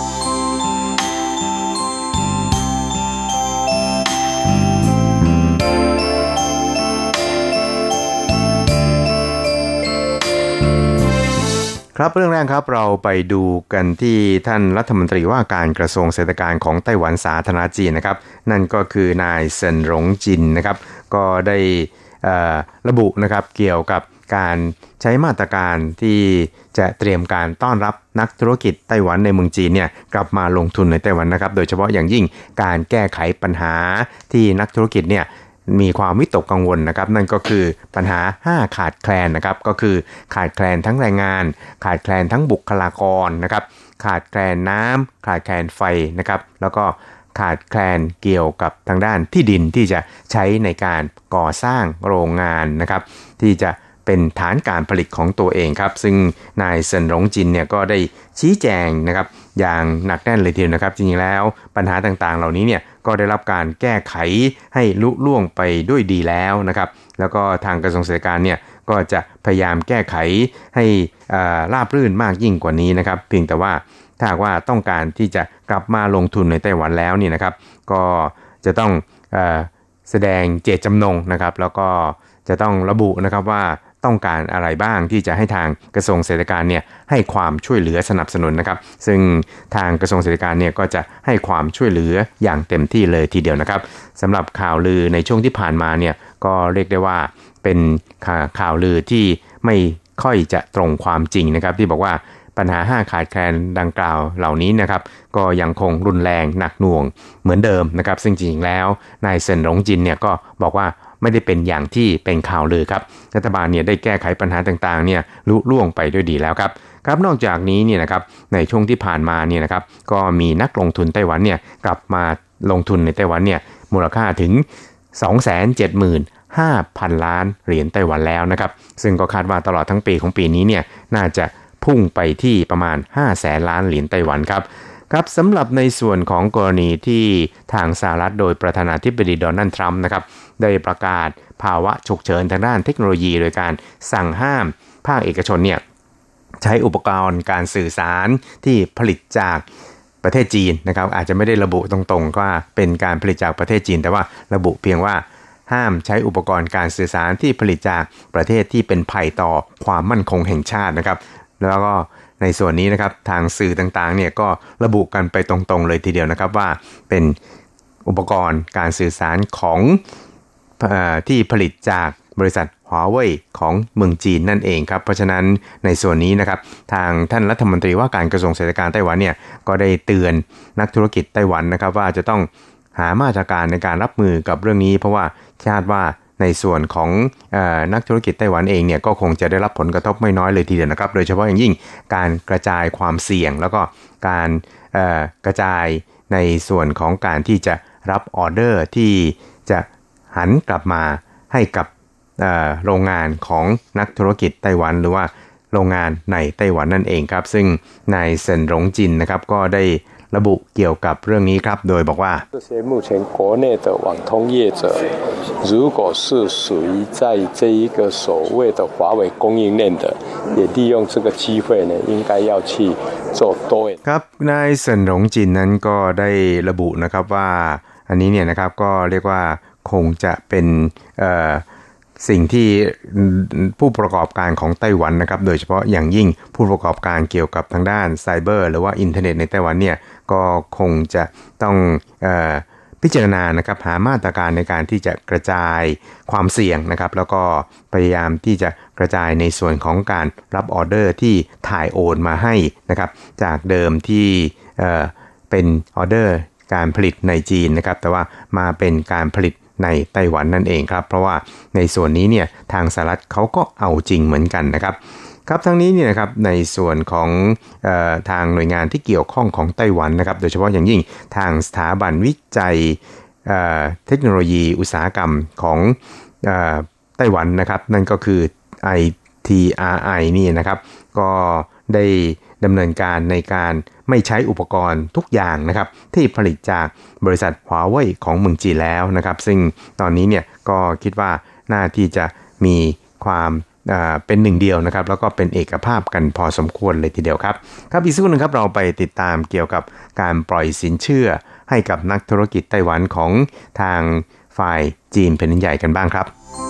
Speaker 6: ครับเรื่องแรกครับเราไปดูกันที่ท่านรัฐมนตรีว่าการกระทรวงเศรษฐกิจของไต้หวันสาธารณจีนนะครับนั่นก็คือนายเซินหลงจินนะครับก็ได้ระบุนะครับเกี่ยวกับการใช้มาตรการที่จะเตรียมการต้อนรับนักธุรกิจไต้หวันในเมืองจีนเนี่ยกลับมาลงทุนในไต้หวันนะครับโดยเฉพาะอย่างยิ่งการแก้ไขปัญหาที่นักธุรกิจเนี่ยมีความวิตกกังวลนะครับนั่นก็คือปัญหาห้าขาดแคลนนะครับก็คือขาดแคลนทั้งแรงงานขาดแคลนทั้งบุคลากรนะครับขาดแคลนน้ำขาดแคลนไฟนะครับแล้วก็ขาดแคลนเกี่ยวกับทางด้านที่ดินที่จะใช้ในการก่อสร้างโรงงานนะครับที่จะเป็นฐานการผลิตของตัวเองครับซึ่งนายเซินหลงจินเนี่ยก็ได้ชี้แจงนะครับอย่างหนักแน่นเลยทีเดียวนะครับจริงๆแล้วปัญหาต่างๆเหล่านี้เนี่ยก็ได้รับการแก้ไขให้ลุล่วงไปด้วยดีแล้วนะครับแล้วก็ทางกระทรวงเศรษฐกิจเนี่ยก็จะพยายามแก้ไขให้ราบรื่นมากยิ่งกว่านี้นะครับเพียงแต่ว่าถ้าว่าต้องการที่จะกลับมาลงทุนในไต้หวันแล้วนี่นะครับก็จะต้องเอ่อแสดงเจตจำนงนะครับแล้วก็จะต้องระบุนะครับว่าต้องการอะไรบ้างที่จะให้ทางกระทรวงเศรษฐกิจเนี่ยให้ความช่วยเหลือสนับสนุนนะครับซึ่งทางกระทรวงเศรษฐกิจเนี่ยก็จะให้ความช่วยเหลืออย่างเต็มที่เลยทีเดียวนะครับสำหรับข่าวลือในช่วงที่ผ่านมาเนี่ยก็เรียกได้ว่าเป็นข่าวลือที่ไม่ค่อยจะตรงความจริงนะครับที่บอกว่าปัญหาห้าขาดแคลนดังกล่าวเหล่านี้นะครับก็ยังคงรุนแรงหนักหน่วงเหมือนเดิมนะครับซึ่งจริงๆแล้วนายเซินหลงจินเนี่ยก็บอกว่าไม่ได้เป็นอย่างที่เป็นข่าวลือครับรัฐบาลเนี่ยได้แก้ไขปัญหาต่างๆเนี่ยลุล่วงไปด้วยดีแล้วครับครับนอกจากนี้เนี่ยนะครับในช่วงที่ผ่านมาเนี่ยนะครับก็มีนักลงทุนไต้หวันเนี่ยกลับมาลงทุนในไต้หวันเนี่ยมูลค่าถึง สองแสนเจ็ดหมื่นห้าพัน ล้านเหรียญไต้หวันแล้วนะครับซึ่งก็คาดว่าตลอดทั้งปีของปีนี้เนี่ยน่าจะพุ่งไปที่ประมาณห้าแสนล้านเหรียญไต้หวันครับครับสำหรับในส่วนของกรณีที่ทางสหรัฐโดยประธานาธิบดีโดนัลด์ทรัมป์นะครับได้ประกาศภาวะฉุกเฉินทางด้านเทคโนโลยีโดยการสั่งห้ามภาคเอกชนเนี่ยใช้อุปกรณ์การสื่อสารที่ผลิตจากประเทศจีนนะครับอาจจะไม่ได้ระบุตรงๆว่าเป็นการผลิตจากประเทศจีนแต่ว่าระบุเพียงว่าห้ามใช้อุปกรณ์การสื่อสารที่ผลิตจากประเทศที่เป็นภัยต่อความมั่นคงแห่งชาตินะครับแล้วก็ในส่วนนี้นะครับทางสื่อต่างๆเนี่ยก็ระบุกันไปตรงๆเลยทีเดียวนะครับว่าเป็นอุปกรณ์การสื่อสารของเอ่อที่ผลิตจากบริษัท Huawei ของเมืองจีนนั่นเองครับเพราะฉะนั้นในส่วนนี้นะครับทางท่านรัฐมนตรีว่าการกระทรวงเศรษฐกิจไต้หวันเนี่ยก็ได้เตือนนักธุรกิจไต้หวันนะครับว่าจะต้องหามาตรการในการรับมือกับเรื่องนี้เพราะว่าคาดว่าในส่วนของเอ่อนักธุรกิจไต้หวันเองเนี่ยก็คงจะได้รับผลกระทบไม่น้อยเลยทีเดียวนะครับโดยเฉพาะอย่างยิ่งการกระจายความเสี่ยงแล้วก็การเอ่อกระจายในส่วนของการที่จะรับออเดอร์ที่จะหันกลับมาให้กับเอ่อโรงงานของนักธุรกิจไต้หวันหรือว่าโรงงานในไต้หวันนั่นเองครับซึ่งนายเซินหลงจินนะครับก็ได้ระบุเกี่ยวกับเรื่องนี้ครับโดยบอกว่า
Speaker 7: 这些目前国内的网通业者如果是属于在这一个所谓的华为供应链的也利用这个机会呢应该要去做多
Speaker 6: ครับนายเซินหลงจินนั้นก็ได้ระบุนะครับว่าอันนี้เนี่ยนะครับก็เรียกว่าคงจะเป็นเอ่อสิ่งที่ผู้ประกอบการของไต้หวันนะครับโดยเฉพาะอย่างยิ่งผู้ประกอบการเกี่ยวกับทางด้านไซเบอร์หรือว่าอินเทอร์เน็ตในไต้หวันเนี่ยก็คงจะต้องเอ่อพิจารณานะครับหามาตรการในการที่จะกระจายความเสี่ยงนะครับแล้วก็พยายามที่จะกระจายในส่วนของการรับออเดอร์ที่ถ่ายโอนมาให้นะครับจากเดิมที่เอ่อเป็นออเดอร์การผลิตในจีนนะครับแต่ว่ามาเป็นการผลิตในไต้หวันนั่นเองครับเพราะว่าในส่วนนี้เนี่ยทางสหรัฐเขาก็เอาจริงเหมือนกันนะครับครับทั้งนี้เนี่ยนะครับในส่วนของเอ่อทางหน่วยงานที่เกี่ยวข้องของไต้หวันนะครับโดยเฉพาะอย่างยิ่งทางสถาบันวิจัยเอ่อเทคโนโลยีอุตสาหกรรมของเอ่อไต้หวันนะครับนั่นก็คือ ไอ ที อาร์ ไอ นี่นะครับก็ได้ดำเนินการในการไม่ใช้อุปกรณ์ทุกอย่างนะครับที่ผลิตจากบริษัท Huawei ของเมืองจีนแล้วนะครับซึ่งตอนนี้เนี่ยก็คิดว่าน่าที่จะมีความเป็นหนึ่งเดียวนะครับแล้วก็เป็นเอกภาพกันพอสมควรเลยทีเดียวครับครับอีกสักครู่นึงครับเราไปติดตามเกี่ยวกับการปล่อยสินเชื่อให้กับนักธุรกิจไต้หวันของทางฝ่ายจีนแผ่นดินใหญ่กันบ้างครับ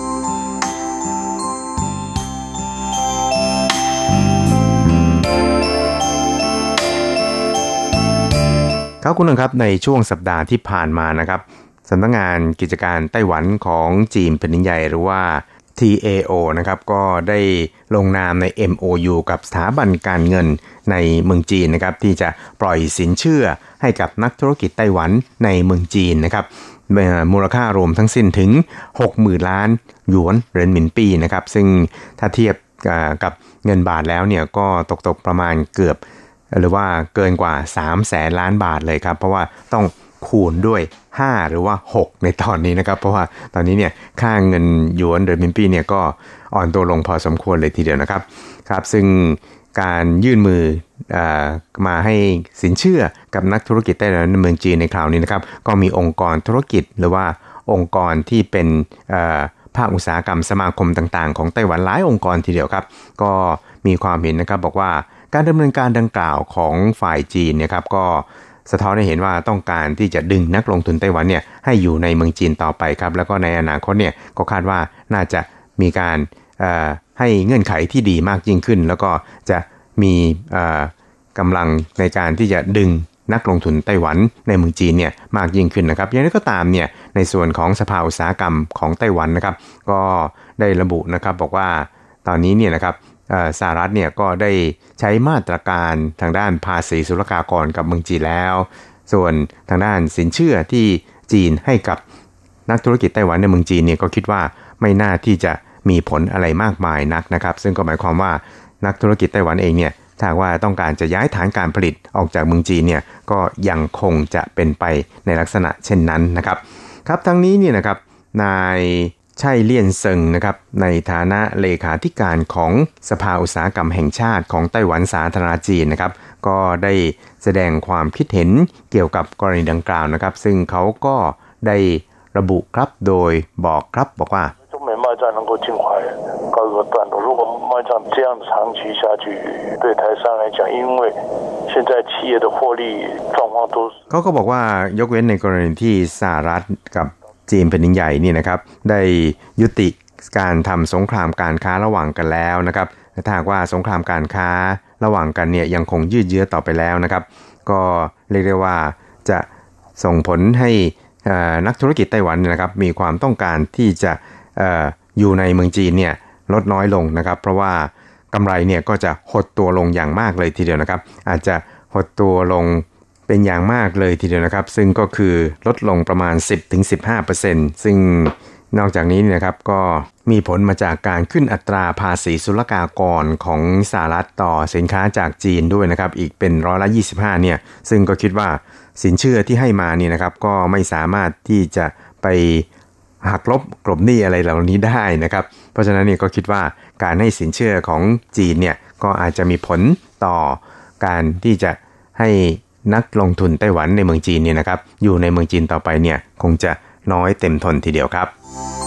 Speaker 6: ครับคุณผู้ชมครับในช่วงสัปดาห์ที่ผ่านมานะครับสำนักงานกิจการไต้หวันของจีนแผ่นดินใหญ่หรือว่า ที เอ โอ นะครับก็ได้ลงนามใน เอ็ม โอ ยู กับสถาบันการเงินในเมืองจีนนะครับที่จะปล่อยสินเชื่อให้กับนักธุรกิจไต้หวันในเมืองจีนนะครับมูลค่ารวมทั้งสิ้นถึง หกหมื่น ล้านหยวนเหรียญหมินปี้นะครับซึ่งถ้าเทียบกับเงินบาทแล้วเนี่ยก็ตกๆประมาณเกือบหรือว่าเกินกว่าสามแสนล้านบาทเลยครับเพราะว่าต้องคูณด้วยห้าหรือว่าหกในตอนนี้นะครับเพราะว่าตอนนี้เนี่ยค่าเงินหยวนเหรียญหมินปี้เนี่ยก็อ่อนตัวลงพอสมควรเลยทีเดียวนะครับครับซึ่งการยื่นมือเอ่อมาให้สินเชื่อกับนักธุรกิจไต้หวันในเมืองจีนในคราวนี้นะครับก็มีองค์กรธุรกิจหรือว่าองค์กรที่เป็นเอ่อภาคอุตสาหกรรมสมาคมต่างๆของไต้หวันหลายองค์กรทีเดียวครับก็มีความเห็นนะครับบอกว่าการดำเนินการดังกล่าวของฝ่ายจีนเนี่ยครับก็สะท้อนให้เห็นว่าต้องการที่จะดึงนักลงทุนไต้หวันเนี่ยให้อยู่ในเมืองจีนต่อไปครับแล้วก็ในอนาคตเนี่ยก็คาดว่าน่าจะมีการให้เงื่อนไขที่ดีมากยิ่งขึ้นแล้วก็จะมีกำลังในการที่จะดึงนักลงทุนไต้หวันในเมืองจีนเนี่ยมากยิ่งขึ้นนะครับอย่างไรก็ตามเนี่ยในส่วนของสภาอุตสาหกรรมของไต้หวันนะครับก็ได้ระบุนะครับบอกว่าตอนนี้เนี่ยนะครับสหรัฐเนี่ยก็ได้ใช้มาตรการทางด้านภาษีศุลกากรกับเมืองจีนแล้วส่วนทางด้านสินเชื่อที่จีนให้กับนักธุรกิจไต้หวันในเมืองจีนเนี่ยก็คิดว่าไม่น่าที่จะมีผลอะไรมากมายนักนะครับซึ่งก็หมายความว่านักธุรกิจไต้หวันเองเนี่ยถ้าว่าต้องการจะย้ายฐานการผลิตออกจากเมืองจีนเนี่ยก็ยังคงจะเป็นไปในลักษณะเช่นนั้นนะครับครับทั้งนี้เนี่ยนะครับนายไช่เลี่ยนเซิงนะครับในฐานะเลขาธิการของสภาอุตสาหกรรมแห่งชาติของไต้หวันสาธารณรัฐจีนนะครับก็ได้แสดงความคิดเห็นเกี่ยวกับกรณีดังกล่าวนะครับซึ่งเขาก็ได้ระบุครับโดยบอกครับบอกว่า
Speaker 8: 中美贸易战能够尽快告一个段落。如果贸易战这样长期下去，对台商来讲，因为现在企业的获利状况都
Speaker 6: เขาก็บอกว่ายกเว้นในกรณีที่สหรัฐกับจีนแผ่นดินใหญ่นี่นะครับได้ยุติการทำสงครามการค้าระหว่างกันแล้วนะครับถ้าหากว่าสงครามการค้าระหว่างกันเนี่ยยังคงยืดเยื้อต่อไปแล้วนะครับก็เรียกได้ว่าจะส่งผลให้นักธุรกิจไต้หวันนะครับมีความต้องการที่จะเอ่ออยู่ในเมืองจีนเนี่ยลดน้อยลงนะครับเพราะว่ากำไรเนี่ยก็จะหดตัวลงอย่างมากเลยทีเดียวนะครับอาจจะหดตัวลงเป็นอย่างมากเลยทีเดียวนะครับซึ่งก็คือลดลงประมาณ สิบถึงสิบห้าเปอร์เซ็นต์ ซึ่งนอกจากนี้นะครับก็มีผลมาจากการขึ้นอัตราภาษีศุลกากรของสหรัฐต่อสินค้าจากจีนด้วยนะครับอีกเป็นร้อยละยี่สิบห้าเนี่ยซึ่งก็คิดว่าสินเชื่อที่ให้มานี่นะครับก็ไม่สามารถที่จะไปหักลบกลบหนี้อะไรเหล่านี้ได้นะครับเพราะฉะนั้นเนี่ยก็คิดว่าการให้สินเชื่อของจีนเนี่ยก็อาจจะมีผลต่อการที่จะให้นักลงทุนไต้หวันในเมืองจีนเนี่ยนะครับอยู่ในเมืองจีนต่อไปเนี่ยคงจะน้อยเต็มทนทีเดียวครับ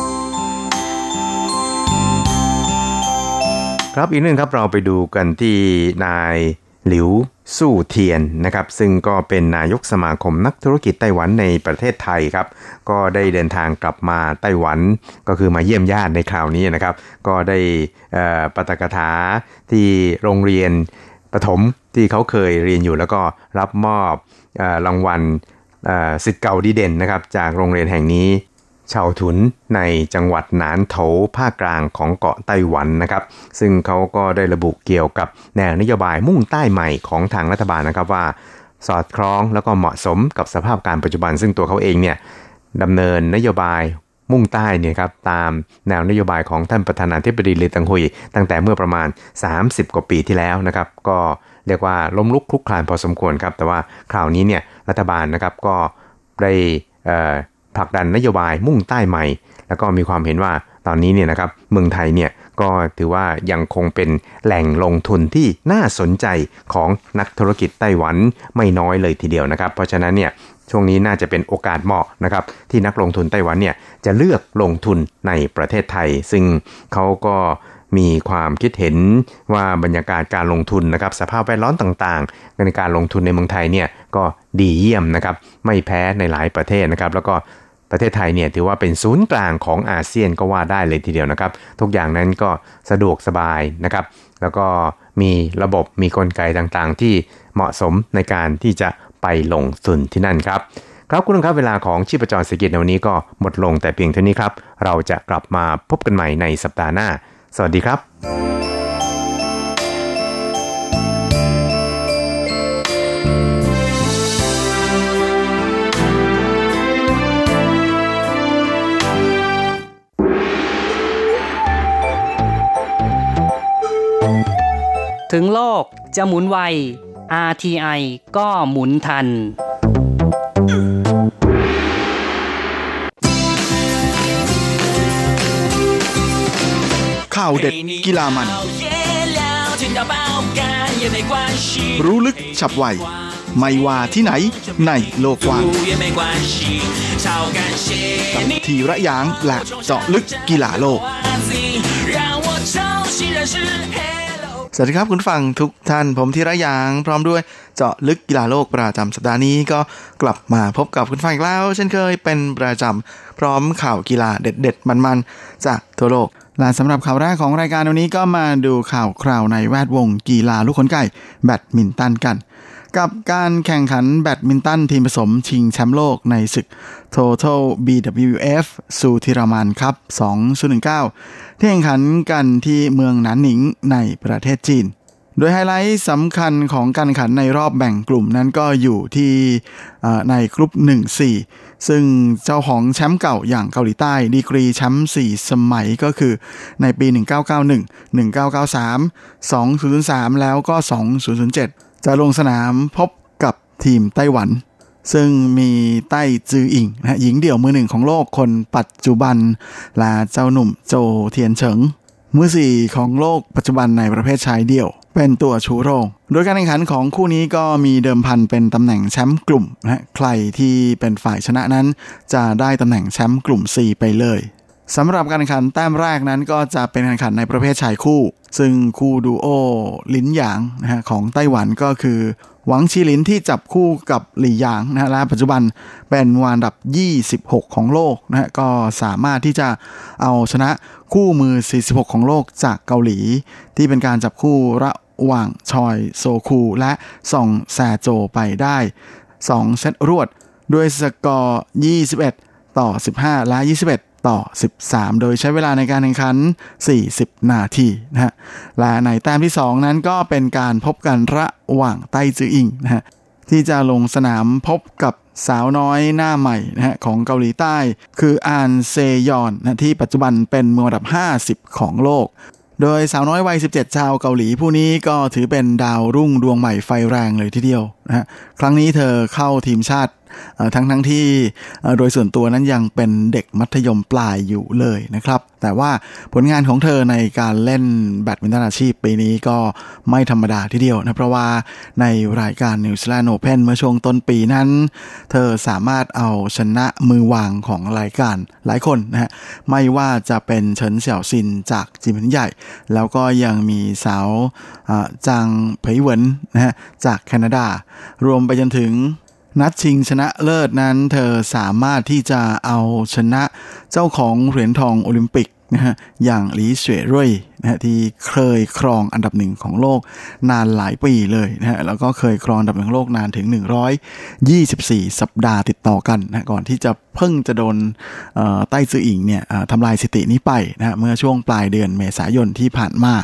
Speaker 6: ครับอีกหนึ่งครับเราไปดูกันที่นายหลิวสู้เทียนนะครับซึ่งก็เป็นนายกสมาคมนักธุรกิจไต้หวันในประเทศไทยครับก็ได้เดินทางกลับมาไต้หวันก็คือมาเยี่ยมญาติในคราวนี้นะครับก็ได้ปาฐกถาที่โรงเรียนประถมที่เขาเคยเรียนอยู่แล้วก็รับมอบรางวัลศิษย์เก่าดีเด่นนะครับจากโรงเรียนแห่งนี้เฉาถุนในจังหวัดหนานโถภาคกลางของเกาะไต้หวันนะครับซึ่งเขาก็ได้ระบุเกี่ยวกับแนวนโยบายมุ่งใต้ใหม่ของทางรัฐบาลนะครับว่าสอดคล้องแล้วก็เหมาะสมกับสภาพการปัจจุบันซึ่งตัวเขาเองเนี่ยดำเนินนโยบายมุ่งใต้เนี่ยครับตามแนวนโยบายของท่านประธานาธิบดีหลีตังหุยตั้งแต่เมื่อประมาณสามสิบกว่าปีที่แล้วนะครับก็เรียกว่าล้มลุกคลุกคลานพอสมควรครับแต่ว่าคราวนี้เนี่ยรัฐบาลนะครับก็ได้ผลักดันนโยบายมุ่งใต้ใหม่แล้วก็มีความเห็นว่าตอนนี้เนี่ยนะครับเมืองไทยเนี่ยก็ถือว่ายังคงเป็นแหล่งลงทุนที่น่าสนใจของนักธุรกิจไต้หวันไม่น้อยเลยทีเดียวนะครับเพราะฉะนั้นเนี่ยช่วงนี้น่าจะเป็นโอกาสเหมาะนะครับที่นักลงทุนไต้หวันเนี่ยจะเลือกลงทุนในประเทศไทยซึ่งเขาก็มีความคิดเห็นว่าบรรยากาศการลงทุนนะครับสภาพแวดล้อมต่างๆในการลงทุนในเมืองไทยเนี่ยก็ดีเยี่ยมนะครับไม่แพ้ในหลายประเทศนะครับแล้วก็ประเทศไทยเนี่ยถือว่าเป็นศูนย์กลางของอาเซียนก็ว่าได้เลยทีเดียวนะครับทุกอย่างนั้นก็สะดวกสบายนะครับแล้วก็มีระบบมีกลไกต่างๆที่เหมาะสมในการที่จะไปลงทุนที่นั่นครับครับคุณผู้ชมครับเวลาของชีพจรเศรษฐกิจในวันนี้ก็หมดลงแต่เพียงเท่านี้ครับเราจะกลับมาพบกันใหม่ในสัปดาห์หน้าสวัสดีครับ
Speaker 9: ถึงโลกจะหมุนไว อาร์ ที ไอ ก็หมุนทัน
Speaker 10: ข่าวเด็ดกีฬามันรู้ลึกฉับไวไม่ว่าที่ไหนในโลกกว้างทีระยางและเจาะลึกกีฬาโลกสวัสดีครับคุณฟังทุกท่านผมธีระยางพร้อมด้วยเจาะลึกกีฬาโลกประจำสัปดาห์นี้ก็กลับมาพบกับคุณฟังอีกแล้วเช่นเคยเป็นประจำพร้อมข่าวกีฬาเด็ดๆมันๆจากทั่วโลกและสำหรับข่าวแรกของรายการวันนี้ก็มาดูข่าวคราวในแวดวงกีฬาลูกขนไก่แบดมินตันกันกับการแข่งขันแบดมินตันทีมผสมชิงแชมป์โลกในศึก Total บี ดับเบิลยู เอฟ ซูทิรามานคัพ สองพันสิบเก้า ที่แข่งขันกันที่เมืองหนานหนิงในประเทศจีนโดยไฮไลท์สำคัญของการแข่งขันในรอบแบ่งกลุ่มนั้นก็อยู่ที่ในกรุ๊ป หนึ่ง สี่ ซึ่งเจ้าของแชมป์เก่าอย่างเกาหลีใต้ดีกรีแชมป์สี่สมัยก็คือในปี หนึ่งพันเก้าร้อยเก้าสิบเอ็ด หนึ่งพันเก้าร้อยเก้าสิบสาม สองพันสามแล้วก็ สองพันเจ็ด จะลงสนามพบกับทีมไต้หวันซึ่งมีไต้จืออิงนะหญิงเดี่ยวมือหนึ่งของโลกคนปัจจุบันและเจ้าหนุ่มโจเทียนเฉิงมือสี่ของโลกปัจจุบันในประเภทชายเดี่ยวเป็นตัวชูโรงโดยการแข่งขันของคู่นี้ก็มีเดิมพันเป็นตำแหน่งแชมป์กลุ่มนะใครที่เป็นฝ่ายชนะนั้นจะได้ตำแหน่งแชมป์กลุ่ม C ไปเลยสำหรับการแข่งขันแต้มแรกนั้นก็จะเป็นการแข่งขันในประเภทชายคู่ซึ่งคู่ดูโอลินหยางนะฮะของไต้หวันก็คือหวังชีหลินที่จับคู่กับหลี่หยางนะฮะและปัจจุบันเป็นอันดับยี่สิบหกของโลกนะฮะก็สามารถที่จะเอาชนะคู่มือสี่สิบหกของโลกจากเกาหลีที่เป็นการจับคู่ระหว่างชอยโซคูและซองแซโจไปได้สองเซตรวดด้วยสกอร์ยี่สิบเอ็ดต่อสิบห้าและยี่สิบเอ็ดต่อสิบสามโดยใช้เวลาในการแข่งขันสี่สิบนาทีนะฮะและในแต้มที่สองนั้นก็เป็นการพบกันระหว่างไต้จืออิงนะฮะที่จะลงสนามพบกับสาวน้อยหน้าใหม่นะฮะของเกาหลีใต้คืออานเซยอนนะที่ปัจจุบันเป็นมืออันดับห้าสิบของโลกโดยสาวน้อยวัยสิบเจ็ดชาวเกาหลีผู้นี้ก็ถือเป็นดาวรุ่งดวงใหม่ไฟแรงเลยทีเดียวนะฮะครั้งนี้เธอเข้าทีมชาติทั้งทั้งที่โดยส่วนตัวนั้นยังเป็นเด็กมัธยมปลายอยู่เลยนะครับแต่ว่าผลงานของเธอในการเล่นแบดมินตันอาชีพปีนี้ก็ไม่ธรรมดาทีเดียวนะเพราะว่าในรายการ New Zealand Open เมื่อช่วงต้นปีนั้นเธอสามารถเอาชนะมือวางของรายการหลายคนนะฮะไม่ว่าจะเป็นเฉินเสี่ยวซินจากจีนแผ่นใหญ่แล้วก็ยังมีสาวจางเผยเหวินนะฮะจากแคนาดารวมไปจนถึงนัดชิงชนะเลิศนั้นเธอสามารถที่จะเอาชนะเจ้าของเหรียญทองโอลิมปิกนะฮะอย่างหลี่เสวยเร่ยนะฮะที่เคยครองอันดับหนึ่งของโลกนานหลายปีเลยนะฮะแล้วก็เคยครองอันดับหนึ่งของโลกนานถึงหนึ่งร้อยยี่สิบสี่สัปดาห์ติดต่อกันนะก่อนที่จะเพิ่งจะโดนเอ่อไต้จืออิงเนี่ยทำลายสถิตินี้ไปนะฮะเมื่อช่วงปลายเดือนเมษายนที่ผ่านมา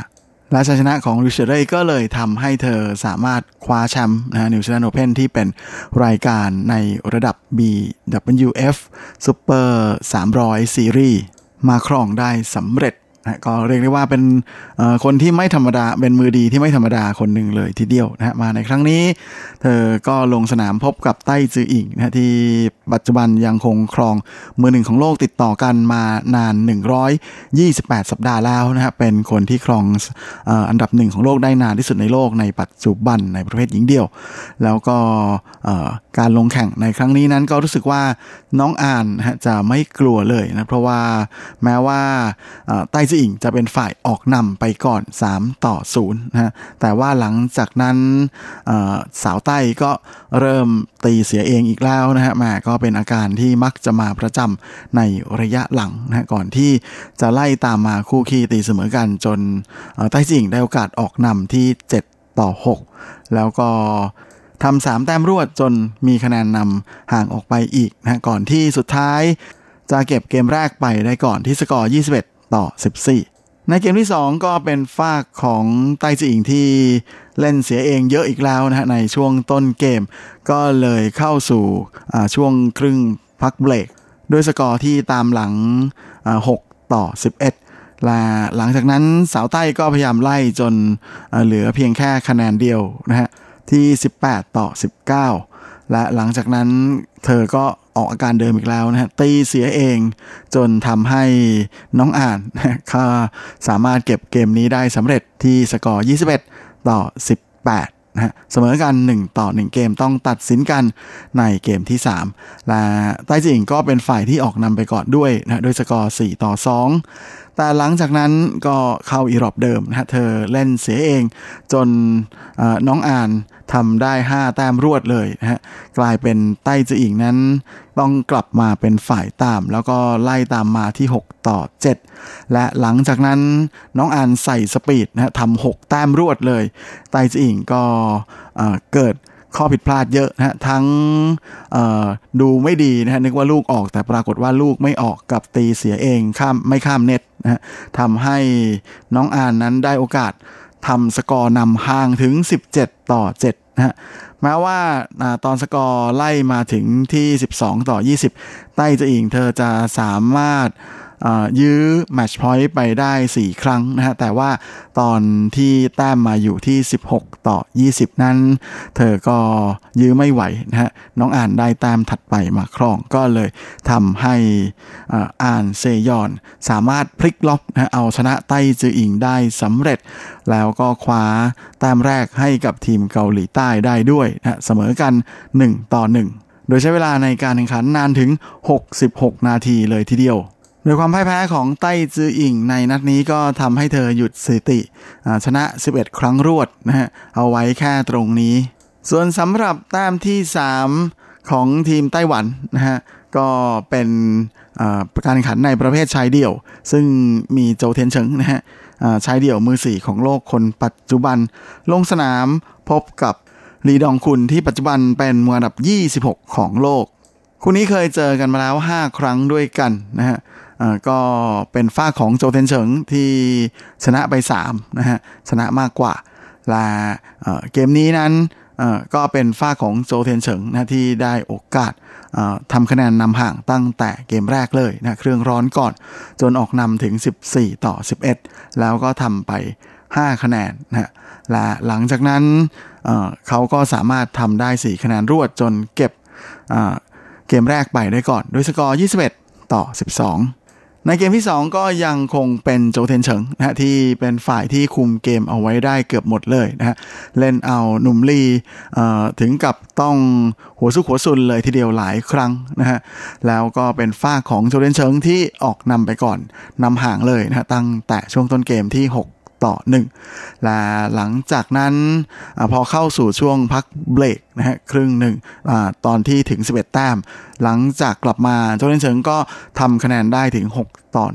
Speaker 10: และชัยชนะของริชาร์ดก็เลยทำให้เธอสามารถคว้าแชมป์นะนิวซีแลนด์โอเพ่นที่เป็นรายการในระดับ บี ดับเบิลยู เอฟ Super สามร้อย Series มาครองได้สำเร็จนะก็เรียกได้ว่าเป็นคนที่ไม่ธรรมดาเป็นมือดีที่ไม่ธรรมดาคนหนึ่งเลยทีเดียวนะมาในครั้งนี้เธอก็ลงสนามพบกับไต้จืออิงนะที่ปัจจุบันยังคงครองมือหนึ่งของโลกติดต่อกันมานานหนึ่งร้อยยี่สิบแปดสัปดาห์แล้วนะครับเป็นคนที่ครองอันดับหนึ่งของโลกได้นานที่สุดในโลกในปัจจุบันในประเภทหญิงเดี่ยวแล้วก็การลงแข่งในครั้งนี้นั้นก็รู้สึกว่าน้องอานนะจะไม่กลัวเลยนะเพราะว่าแม้ว่าไต้จืออิงจะเป็นฝ่ายออกนำไปก่อนสามต่อศูนย์นะแต่ว่าหลังจากนั้นสาวไต้ก็เริ่มตีเสียเองอีกแล้วนะฮะแม่ก็เป็นอาการที่มักจะมาประจำในระยะหลังนะก่อนที่จะไล่ตามมาคู่ขี้ตีเสมอกันจนไต้จืออิงได้โอกาสออกนำที่เจ็ดต่อหกแล้วก็ทำสามแต้มรวดจนมีคะแนนนำห่างออกไปอีกนะก่อนที่สุดท้ายจะเก็บเกมแรกไปได้ก่อนที่สกอร์ยี่สิบเอ็ดต่อสิบสี่ในเกมที่สองก็เป็นฝ่ายของไต้จืออิงที่เล่นเสียเองเยอะอีกแล้วนะฮะในช่วงต้นเกมก็เลยเข้าสู่ช่วงครึ่งพักเบรกด้วยสกอร์ที่ตามหลังหกต่อสิบเอ็ดและหลังจากนั้นสาวไต้ก็พยายามไล่จนเหลือเพียงแค่คะแนนเดียวนะฮะที่สิบแปดต่อสิบเก้าและหลังจากนั้นเธอก็ออกอาการเดิมอีกแล้วนะฮะตีเสียเองจนทำให้น้องอ่านเขาสามารถเก็บเกมนี้ได้สำเร็จที่สกอร์ยี่สิบเอ็ดต่อสิบแปดนะฮะเสมอกันหนึ่งต่อหนึ่งเกมต้องตัดสินกันในเกมที่สามและไต้จืออิงก็เป็นฝ่ายที่ออกนำไปก่อนด้วยนะด้วยสกอร์สี่ต่อสองแต่หลังจากนั้นก็เข้าอีรอบเดิมนะฮะเธอเล่นเสียเองจนน้องอ่านทำได้ห้าแต้มรวดเลยนะฮะกลายเป็นไต้จืออิงนั้นต้องกลับมาเป็นฝ่ายตามแล้วก็ไล่ตามมาที่หกต่อเจ็ดและหลังจากนั้นน้องอานใส่สปีดนะฮะทำหกแต้มรวดเลยไต้จืออิงก็เกิดข้อผิดพลาดเยอะนะฮะทั้งดูไม่ดีนะฮะนึกว่าลูกออกแต่ปรากฏว่าลูกไม่ออกกับตีเสียเองข้ามไม่ข้ามเน็ตนะฮะทำให้น้องอานนั้นได้โอกาสทำสกอร์นำห่างถึงสิบเจ็ดต่อเจ็ดนะฮะแม้ว่าตอนสกอร์ไล่มาถึงที่สิบสองต่อยี่สิบไต้จืออิงเธอจะสามารถยื้อแมตช์พอยต์ไปได้สี่ครั้งนะฮะแต่ว่าตอนที่แต้มมาอยู่ที่สิบหกต่อยี่สิบนั้นเธอก็ยื้อไม่ไหวนะฮะน้องอ่านได้แต้มถัดไปมาครองก็เลยทำให้อ่านเซยอนสามารถพลิกล็อกนะเอาชนะไต้จืออิงได้สำเร็จแล้วก็คว้าแต้มแรกให้กับทีมเกาหลีใต้ได้ด้วยนะเสมอกันหนึ่งต่อหนึ่งโดยใช้เวลาในการแข่งขันนานถึงหกสิบหกนาทีเลยทีเดียวโดยความพ่ายแพ้ของไต้จืออิงในนัดนี้ก็ทำให้เธอหยุดสถิติชนะสิบเอ็ดครั้งรวดนะฮะเอาไว้แค่ตรงนี้ส่วนสำหรับแต้มที่สามของทีมไต้หวันนะฮะก็เป็นการแข่งขันในประเภทชายเดี่ยวซึ่งมีโจเทียนเฉิงนะฮะชายเดี่ยวมือสี่ของโลกคนปัจจุบันลงสนามพบกับลีดองคุนที่ปัจจุบันเป็นมืออันดับยี่สิบหกของโลกคู่นี้เคยเจอกันมาแล้วห้าครั้งด้วยกันนะฮะก็เป็นฝ้าของโจเทียนเฉิงที่ชนะไปสามนะฮะชนะมากกว่าและเกมนี้นั้นก็เป็นฝ้าของโจเทียนเฉิงนะที่ได้โอกาสทำคะแนนนำห่างตั้งแต่เกมแรกเลยนะเครื่องร้อนก่อนจนออกนำถึงสิบสี่ต่อสิบเอ็ดแล้วก็ทำไปห้าคะแนนนะและหลังจากนั้น เ, เขาก็สามารถทำได้สี่คะแนนรวดจนเก็บเกมแรกไปได้ก่อนด้วยสกอร์ยี่สิบเอ็ดต่อสิบสองในเกมที่สองก็ยังคงเป็นโจเทียนเฉิงนะฮะที่เป็นฝ่ายที่คุมเกมเอาไว้ได้เกือบหมดเลยนะฮะเล่นเอาหนุ่มลีถึงกับต้องหัวซุกหัวซุนเลยทีเดียวหลายครั้งนะฮะแล้วก็เป็นฝ่ายของโจเทียนเฉิงที่ออกนำไปก่อนนำห่างเลยนะฮะตั้งแต่ช่วงต้นเกมที่หกต่อหนึ่งและหลังจากนั้นอพอเข้าสู่ช่วงพักเบรกนะฮะครึ่งหนึ่งอตอนที่ถึงสิบเอ็ดแต้มหลังจากกลับมาโจเทียนเฉิงก็ทำคะแนนได้ถึงหกต่อหนึ่ง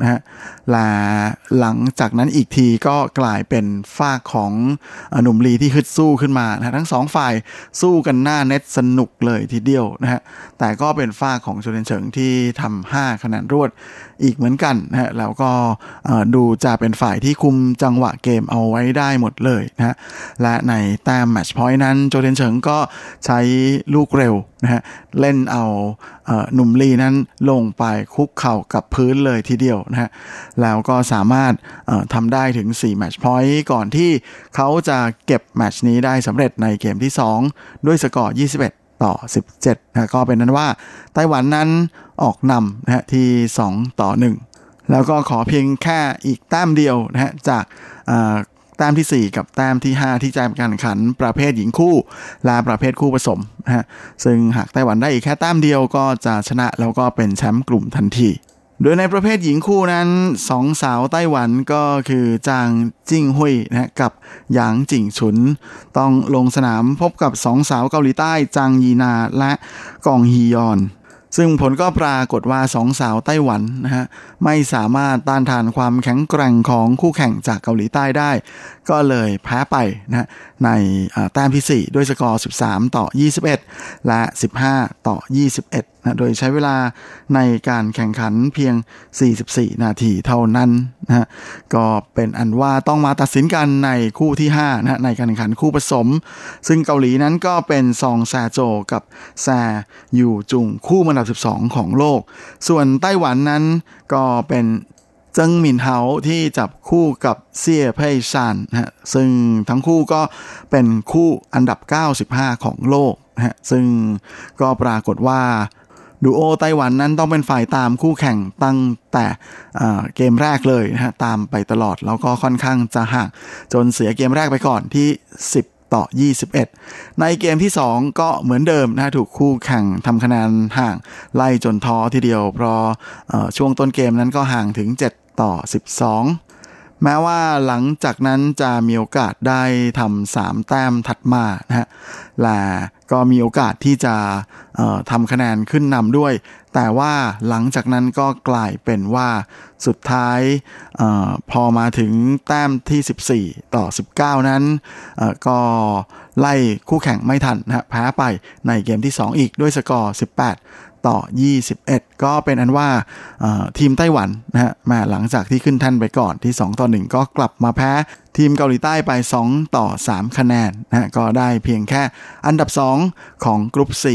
Speaker 10: นะฮะและหลังจากนั้นอีกทีก็กลายเป็นฝ้าของหนุ่มลีที่ฮึดสู้ขึ้นมานะทั้งสองฝ่ายสู้กันหน้าเน็ตสนุกเลยทีเดียวนะฮะแต่ก็เป็นฝ้าของโจเทียนเฉิงที่ทำห้าคะแนนรวดอีกเหมือนกันนะฮะแล้วก็ดูจะเป็นฝ่ายที่คุมจังหวะเกมเอาไว้ได้หมดเลยนะฮะและในแต้มแมตช์พอยต์นั้นโจเทียนเฉิงก็ใช้ลูกเร็วนะฮะเล่นเอาหนุ่มลีนั้นลงไปคุกเข่ากับพื้นเลยทีเดียวนะฮะแล้วก็สามารถทำได้ถึงสี่แมตช์พอยต์ก่อนที่เขาจะเก็บแมตช์นี้ได้สำเร็จในเกมที่สองด้วยสกอร์ยี่สิบเอ็ดต่อสิบเจ็ดนะก็เป็นนั้นว่าไต้หวันนั้นออกนำนะฮะที่สองต่อหนึ่งแล้วก็ขอเพียงแค่อีกแต้มเดียวนะฮะจากแต้มที่สี่กับแต้มที่ห้าที่จะการแข่งขันประเภทหญิงคู่และประเภทคู่ผสมนะฮะซึ่งหากไต้หวันได้อีกแค่แต้มเดียวก็จะชนะแล้วก็เป็นแชมป์กลุ่มทันทีโดยในประเภทหญิงคู่นั้นสองสาวไต้หวันก็คือจางจิ้งหุยนะกับหยางจิ่งฉุนต้องลงสนามพบกับสองสาวเกาหลีใต้จางยีนาและกองฮียอนซึ่งผลก็ปรากฏว่าสองสาวไต้หวันนะฮะไม่สามารถต้านทานความแข็งแกร่งของคู่แข่งจากเกาหลีใต้ได้ก็เลยแพ้ไปนะในแต้มที่สี่ด้วยสกอร์สิบสามต่อยี่สิบเอ็ดและสิบห้าต่อยี่สิบเอ็ดนะโดยใช้เวลาในการแข่งขันเพียงสี่สิบสี่นาทีเท่านั้นนะฮะก็เป็นอันว่าต้องมาตัดสินกันในคู่ที่ห้านะในการแข่งขันคู่ผสมซึ่งเกาหลีนั้นก็เป็นซองแซโจกับแซยูจุงคู่อันดับสิบสองของโลกส่วนไต้หวันนั้นก็เป็นเจิ้งหมินเฮาที่จับคู่กับเซี่ยเพ่ยซานนะฮะซึ่งทั้งคู่ก็เป็นคู่อันดับเก้าสิบห้าของโลกนะฮะซึ่งก็ปรากฏว่าดูโอไต้หวันนั้นต้องเป็นฝ่ายตามคู่แข่งตั้งแต่เกมแรกเลยนะฮะตามไปตลอดแล้วก็ค่อนข้างจะห่างจนเสียเกมแรกไปก่อนที่สิบต่อยี่สิบเอ็ดในเกมที่สองก็เหมือนเดิมนะถูกคู่แข่งทำคะแนนห่างไล่จนท้อทีเดียวเพราะช่วงต้นเกมนั้นก็ห่างถึงเจ็ดต่อสิบสองแม้ว่าหลังจากนั้นจะมีโอกาสได้ทำสามแต้มถัดมานะฮะและก็มีโอกาสที่จะทำคะแนนขึ้นนำด้วยแต่ว่าหลังจากนั้นก็กลายเป็นว่าสุดท้ายอพอมาถึงแต้มที่สิบสี่ต่อสิบเก้านั้นก็ไล่คู่แข่งไม่ทันนะฮะแพ้ไปในเกมที่สองอีกด้วยสกอร์สิบแปดต่อยี่สิบเอ็ดก็เป็นอันว่าทีมไต้หวันนะฮะมาหลังจากที่ขึ้นแท่นไปก่อนที่สองต่อหนึ่งก็กลับมาแพ้ทีมเกาหลีใต้ไปสองต่อสามคะแนนนะฮะก็ได้เพียงแค่อันดับสองของกรุ๊ปสี่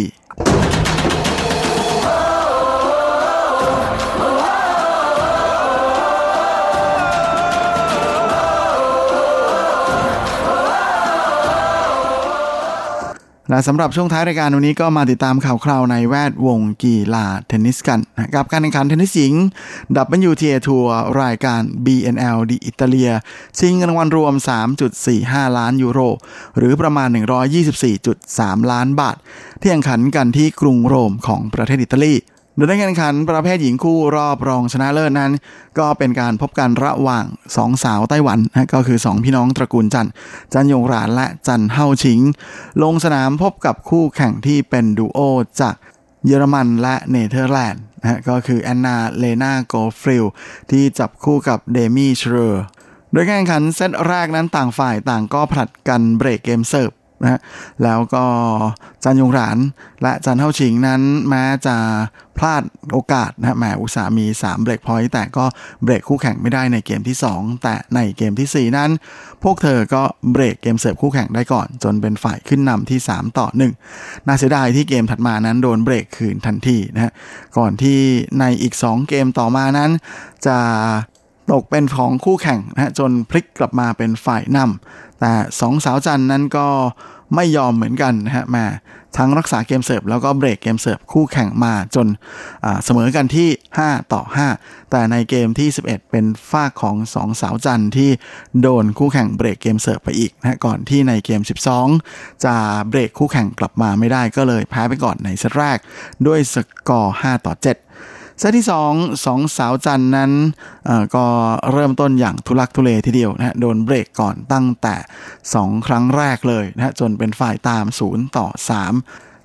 Speaker 10: และสำหรับช่วงท้ายรายการวันนี้ก็มาติดตามข่าวคราวในแวดวงกีฬาเทนนิสกันนะกับการแข่งขันเทนนิสหญิง ดับเบิลยู ที เอ ทัวร์รายการ บี เอ็น แอล ดิอิตาเลียชิงเงินรางวัลรวม สามจุดสี่ห้า ล้านยูโรหรือประมาณ หนึ่งร้อยยี่สิบสี่จุดสาม ล้านบาทที่แข่งขันกันที่กรุงโรมของประเทศอิตาลีโดยในการแข่งขันประเภทหญิงคู่รอบรองชนะเลิศนั้นก็เป็นการพบกันระหว่างสองสาวไต้หวันนะก็คือสองพี่น้องตระกูลจันจันยงหรานและจันเฮาชิงลงสนามพบกับคู่แข่งที่เป็นดูโอจากเยอรมันและเนเธอร์แลนด์นะก็คือแอนนาเลนาโกฟริลที่จับคู่กับเดมี่เชอร์โดยการแข่งขันเซตแรกนั้นต่างฝ่ายต่างก็ผลัดกันเบรกเกมเสิร์ฟนะฮะแล้วก็จันยงหรานและจันเฮาชิงนั้นแม้จะพลาดโอกาสนะฮะแหมอุตสาห์มีสามเบรกพอยต์แต่ก็เบรกคู่แข่งไม่ได้ในเกมที่สองแต่ในเกมที่สี่นั้นพวกเธอก็เบรกเกมเสิร์ฟคู่แข่งได้ก่อนจนเป็นฝ่ายขึ้นนำที่สามต่อหนึ่งน่าเสียดายที่เกมถัดมานั้นโดนเบรกคืนทันทีนะฮะก่อนที่ในอีกสองเกมต่อมานั้นจะตกเป็นของคู่แข่งนะฮะจนพลิกกลับมาเป็นฝ่ายนำแต่สองสาวจันนั้นก็ไม่ยอมเหมือนกันนะฮะมาทั้งรักษาเกมเสิร์ฟแล้วก็เบรกเกมเสิร์ฟคู่แข่งมาจนเสมอกันที่ห้าต่อห้าแต่ในเกมที่สิบเอ็ดเป็นฝ่ายของสองสาวจันที่โดนคู่แข่งเบรกเกมเสิร์ฟไปอีกนะก่อนที่ในเกมสิบสองจะเบรกคู่แข่งกลับมาไม่ได้ก็เลยแพ้ไปก่อนในเซตแรกด้วยสกอร์ห้าต่อเจ็ดเซตที่สองสองสาวจันนั้นก็เริ่มต้นอย่างทุลักทุเลทีเดียวนะโดนเบรกก่อนตั้งแต่สองครั้งแรกเลยนะจนเป็นฝ่ายตามศูนย์ต่อสาม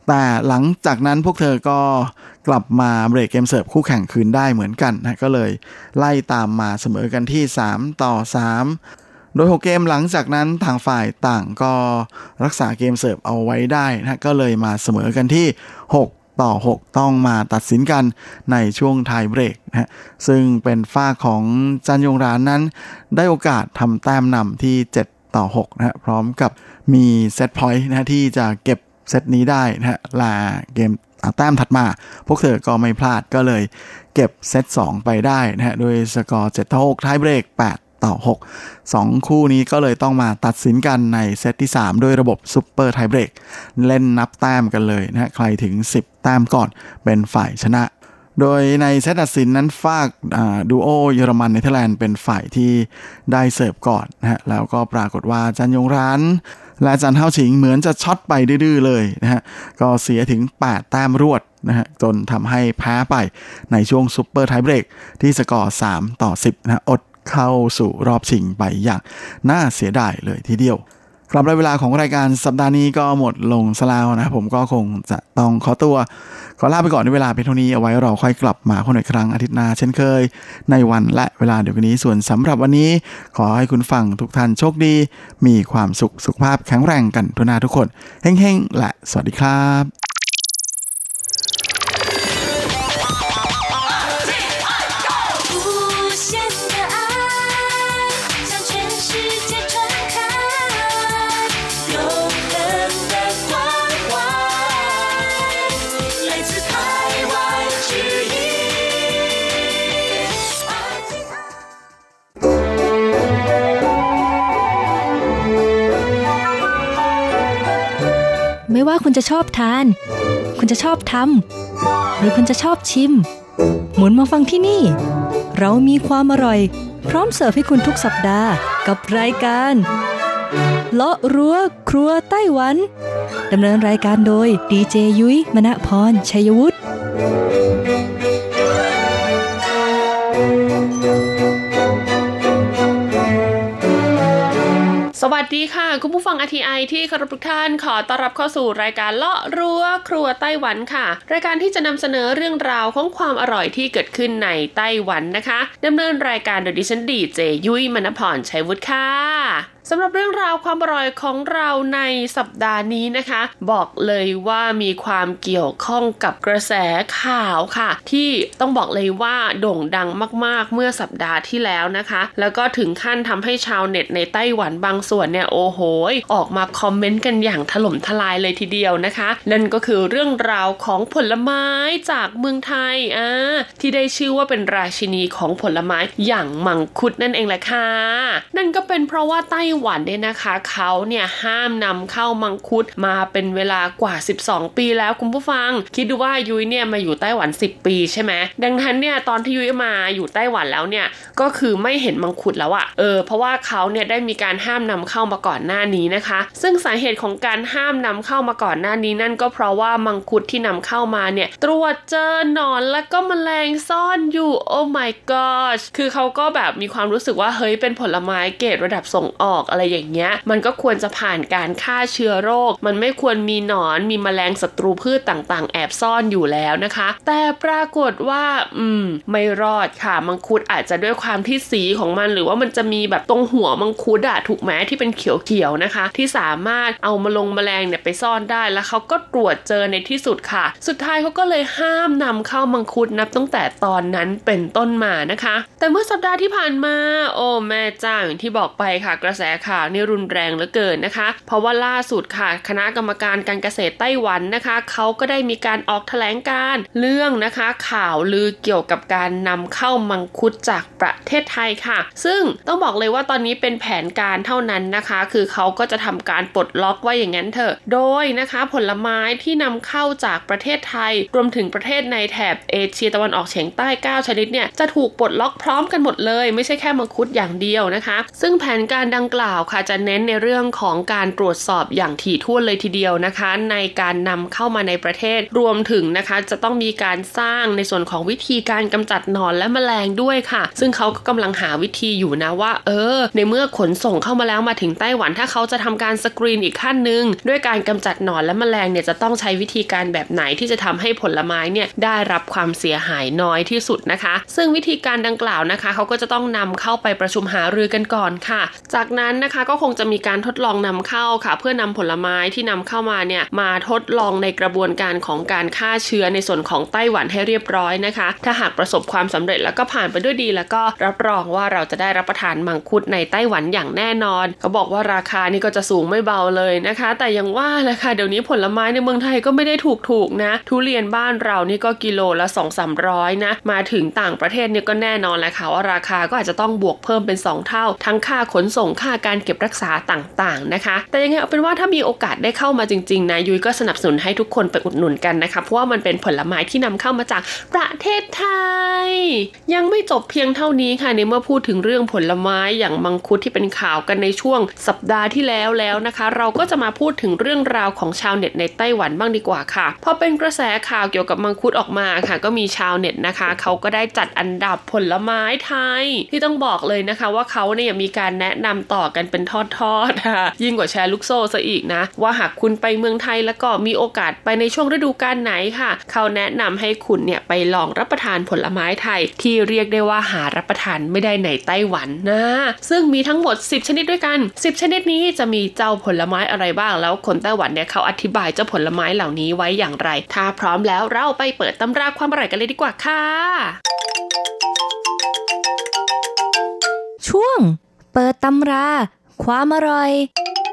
Speaker 10: แต่หลังจากนั้นพวกเธอก็กลับมาเบรกเกมเสิร์ฟคู่แข่งคืนได้เหมือนกันนะก็เลยไล่ตามมาเสมอกันที่สามต่อสามโดยหกเกมหลังจากนั้นทางฝ่ายต่างก็รักษาเกมเสิร์ฟเอาไว้ได้นะก็เลยมาเสมอกันที่หกต่อหกต้องมาตัดสินกันในช่วงไทยเบรกนะซึ่งเป็นฝ้าของจันยงรานนั้นได้โอกาสทำแต้มนำที่เจ็ดต่อหกนะพร้อมกับมีเซตพอยต์นะที่จะเก็บเซตนี้ได้นะลาเกมแต้มถัดมาพวกเธอก็ไม่พลาดก็เลยเก็บเซตสองไปได้นะฮะโดยสกอร์เจ็ดต่อหกไทยเบรกแปดต่อหก สองคู่นี้ก็เลยต้องมาตัดสินกันในเซตที่สามด้วยระบบซุปเปอร์ไทยเบรกเล่นนับแต้มกันเลยนะฮะใครถึงสิบแต้มก่อนเป็นฝ่ายชนะโดยในเซตตัดสินนั้นฝากดูโอเยอรมันเนเธอร์แลนด์เป็นฝ่ายที่ได้เสิร์ฟก่อนนะฮะแล้วก็ปรากฏว่าจันยงร้านและจันเฮาฉิงเหมือนจะช็อตไปดื้อๆเลยนะฮะก็เสียถึงแปดแต้มรวดนะฮะจนทำให้แพ้ไปในช่วงซุปเปอร์ไทยเบรกที่สกอร์สามต่อสิบนะอดเข้าสู่รอบชิงไปอย่างน่าเสียดายเลยทีเดียวครับและเวลาของรายการสัปดาห์นี้ก็หมดลงซะแล้วนะผมก็คงจะต้องขอตัวขอลาไปก่อนในเวลาเพียงเท่านี้เอาไว้เราค่อยกลับมาพบกันอีกครั้งอาทิตย์หน้าเช่นเคยในวันและเวลาเดียวกันนี้ส่วนสำหรับวันนี้ขอให้คุณฟังทุกท่านโชคดีมีความสุขสุขภาพแข็งแรงกันทุกหน้าทุกคนเฮ้งๆและสวัสดีครับ
Speaker 11: ไม่ว่าคุณจะชอบทานคุณจะชอบทำหรือคุณจะชอบชิมหมุนมาฟังที่นี่เรามีความอร่อยพร้อมเสิร์ฟให้คุณทุกสัปดาห์กับรายการเลาะรั้วครัวไต้หวันดำเนินรายการโดยดีเจยุ้ยมณพรชัยวุฒิ
Speaker 3: สวัสดีค่ะคุณผู้ฟัง อาร์ ที ไอ ที่เคารพทุกท่านขอต้อนรับเข้าสู่รายการเลาะรั้วครัวไต้หวันค่ะรายการที่จะนำเสนอเรื่องราวของความอร่อยที่เกิดขึ้นในไต้หวันนะคะดำเนินรายการโดยดิฉันดีเจยุ้ยมณพรชัยวุฒิค่ะสำหรับเรื่องราวความอร่อยของเราในสัปดาห์นี้นะคะบอกเลยว่ามีความเกี่ยวข้องกับกระแสข่าวค่ะที่ต้องบอกเลยว่าโด่งดังมากๆเมื่อสัปดาห์ที่แล้วนะคะแล้วก็ถึงขั้นทำให้ชาวเน็ตในไต้หวันบางส่วนเนี่ยโอ้โหออกมาคอมเมนต์กันอย่างถล่มทลายเลยทีเดียวนะคะนั่นก็คือเรื่องราวของผลไม้จากเมืองไทยอ่าที่ได้ชื่อว่าเป็นราชินีของผลไม้อย่างมังคุดนั่นเองแหละค่ะนั่นก็เป็นเพราะว่าไต้หวันเนี่ยนะคะเขาเนี่ยห้ามนำเข้ามังคุดมาเป็นเวลากว่าสิบสองปีแล้วคุณผู้ฟังคิดดูว่ายุ้ยเนี่ยมาอยู่ไต้หวันสิบปีใช่ไหมดังนั้นเนี่ยตอนที่ยุ้ยมาอยู่ไต้หวันแล้วเนี่ยก็คือไม่เห็นมังคุดแล้วอะเออเพราะว่าเขาเนี่ยได้มีการห้ามนำเข้ามาก่อนหน้านี้นะคะซึ่งสาเหตุของการห้ามนำเข้ามาก่อนหน้านี้นั่นก็เพราะว่ามังคุดที่นำเข้ามาเนี่ยตรวจเจอหนอนและก็แมลงซ่อนอยู่โอ้ my god คือเขาก็แบบมีความรู้สึกว่าเฮ้ยเป็นผลไม้เกรดระดับส่งออกอะไรอย่างเงี้ยมันก็ควรจะผ่านการฆ่าเชื้อโรคมันไม่ควรมีหนอนมีแมลงศัตรูพืชต่างๆแอบซ่อนอยู่แล้วนะคะแต่ปรากฏว่าอืมไม่รอดค่ะมังคุดอาจจะด้วยความที่สีของมันหรือว่ามันจะมีแบบตรงหัวมังคุดอะถูกไหมที่เป็นเขียวๆนะคะที่สามารถเอามาลงแมลงเนี่ยไปซ่อนได้แล้วเขาก็ตรวจเจอในที่สุดค่ะสุดท้ายเขาก็เลยห้ามนำเข้ามังคุดนับตั้งแต่ตอนนั้นเป็นต้นมานะคะแต่เมื่อสัปดาห์ที่ผ่านมาโอ้แม่เจ้าอย่างที่บอกไปค่ะกระแสข่าวนี่รุนแรงเหลือเกินนะคะเพราะว่าล่าสุดค่ะคณะกรรมการการเกษตรไต้หวันนะคะเขาก็ได้มีการออกแถลงการณ์เรื่องนะคะข่าวลือเกี่ยวกับการนำเข้ามังคุดจากประเทศไทยค่ะซึ่งต้องบอกเลยว่าตอนนี้เป็นแผนการเท่านั้นนะคะคือเขาก็จะทำการปลดล็อกว่าอย่างนั้นเถอะโดยนะคะผลไม้ที่นำเข้าจากประเทศไทยรวมถึงประเทศในแถบเอเชียตะวันออกเฉียงใต้เก้าชนิดเนี่ยจะถูกปลดล็อกพร้อมกันหมดเลยไม่ใช่แค่มังคุดอย่างเดียวนะคะซึ่งแผนการดังกล่าวค่ะจะเน้นในเรื่องของการตรวจสอบอย่างถี่ถ้วนเลยทีเดียวนะคะในการนำเข้ามาในประเทศรวมถึงนะคะจะต้องมีการสร้างในส่วนของวิธีการกำจัดหนอนและแมลงด้วยค่ะซึ่งเขาก็กำลังหาวิธีอยู่นะว่าเออในเมื่อขนส่งเข้ามาแล้วมาถึงไต้หวันถ้าเขาจะทำการสกรีนอีกขั้นนึงด้วยการกำจัดหนอนและแมลงเนี่ยจะต้องใช้วิธีการแบบไหนที่จะทำให้ผลไม้เนี่ยได้รับความเสียหายน้อยที่สุดนะคะซึ่งวิธีการดังกล่าวนะคะเขาก็จะต้องนำเข้าไปประชุมหารือกันก่อนค่ะจากนั้นนะคะก็คงจะมีการทดลองนำเข้าค่ะเพื่อนำผลไม้ที่นำเข้ามาเนี่ยมาทดลองในกระบวนการของการฆ่าเชื้อในส่วนของไต้หวันให้เรียบร้อยนะคะถ้าหากประสบความสำเร็จแล้วก็ผ่านไปด้วยดีแล้วก็รับรองว่าเราจะได้รับประทานมังคุดในไต้หวันอย่างแน่นอนเขาบอกว่าราคานี่ก็จะสูงไม่เบาเลยนะคะแต่ยังว่าแหละค่ะเดี๋ยวนี้ผลไม้ในเมืองไทยก็ไม่ได้ถูกๆนะทุเรียนบ้านเรานี่ก็กิโลละ สองถึงสามร้อย นะมาถึงต่างประเทศเนี่ยก็แน่นอนแหละค่ะว่าราคาก็อาจจะต้องบวกเพิ่มเป็นสองเท่าทั้งค่าขนส่งค่าการเก็บรักษาต่างๆนะคะแต่ยังไงเอาเป็นว่าถ้ามีโอกาสได้เข้ามาจริงๆนะยุ้ยก็สนับสนุนให้ทุกคนไปอุดหนุนกันนะคะเพราะว่ามันเป็นผลไม้ที่นำเข้ามาจากประเทศไทยยังไม่จบเพียงเท่านี้ค่ะในเมื่อพูดถึงเรื่องผลไม้อย่างมังคุดที่เป็นข่าวกันในช่วงสัปดาห์ที่แล้วแล้วนะคะเราก็จะมาพูดถึงเรื่องราวของชาวเน็ตในไต้หวันบ้างดีกว่าค่ะพอเป็นกระแสข่าวเกี่ยวกับมังคุดออกมาค่ะก็มีชาวเน็ตนะคะเขาก็ได้จัดอันดับผลไม้ไทยที่ต้องบอกเลยนะคะว่าเขาเนี่ยมีการแนะนำต่อกันเป็นทอดๆค่ะยิ่งกว่าแชร์ลูกโซ่ซะอีกนะว่าหากคุณไปเมืองไทยแล้วก็มีโอกาสไปในช่วงฤดูกาลไหนค่ะเขาแนะนำให้คุณเนี่ยไปลองรับประทานผลไม้ไทยที่เรียกได้ว่าหารับประทานไม่ได้ในไต้หวันนะซึ่งมีทั้งหมดสิบชนิดด้วยกันสิบชนิดนี้จะมีเจ้าผลไม้อะไรบ้างแล้วคนไต้หวันเนี่ยเขาอธิบายเจ้าผลไม้เหล่านี้ไว้อย่างไรถ้าพร้อมแล้วเราไปเปิดตำราความอร่อยกันเลยดีกว่าค่ะ
Speaker 11: ช่วงเปิดตำราความอร่อย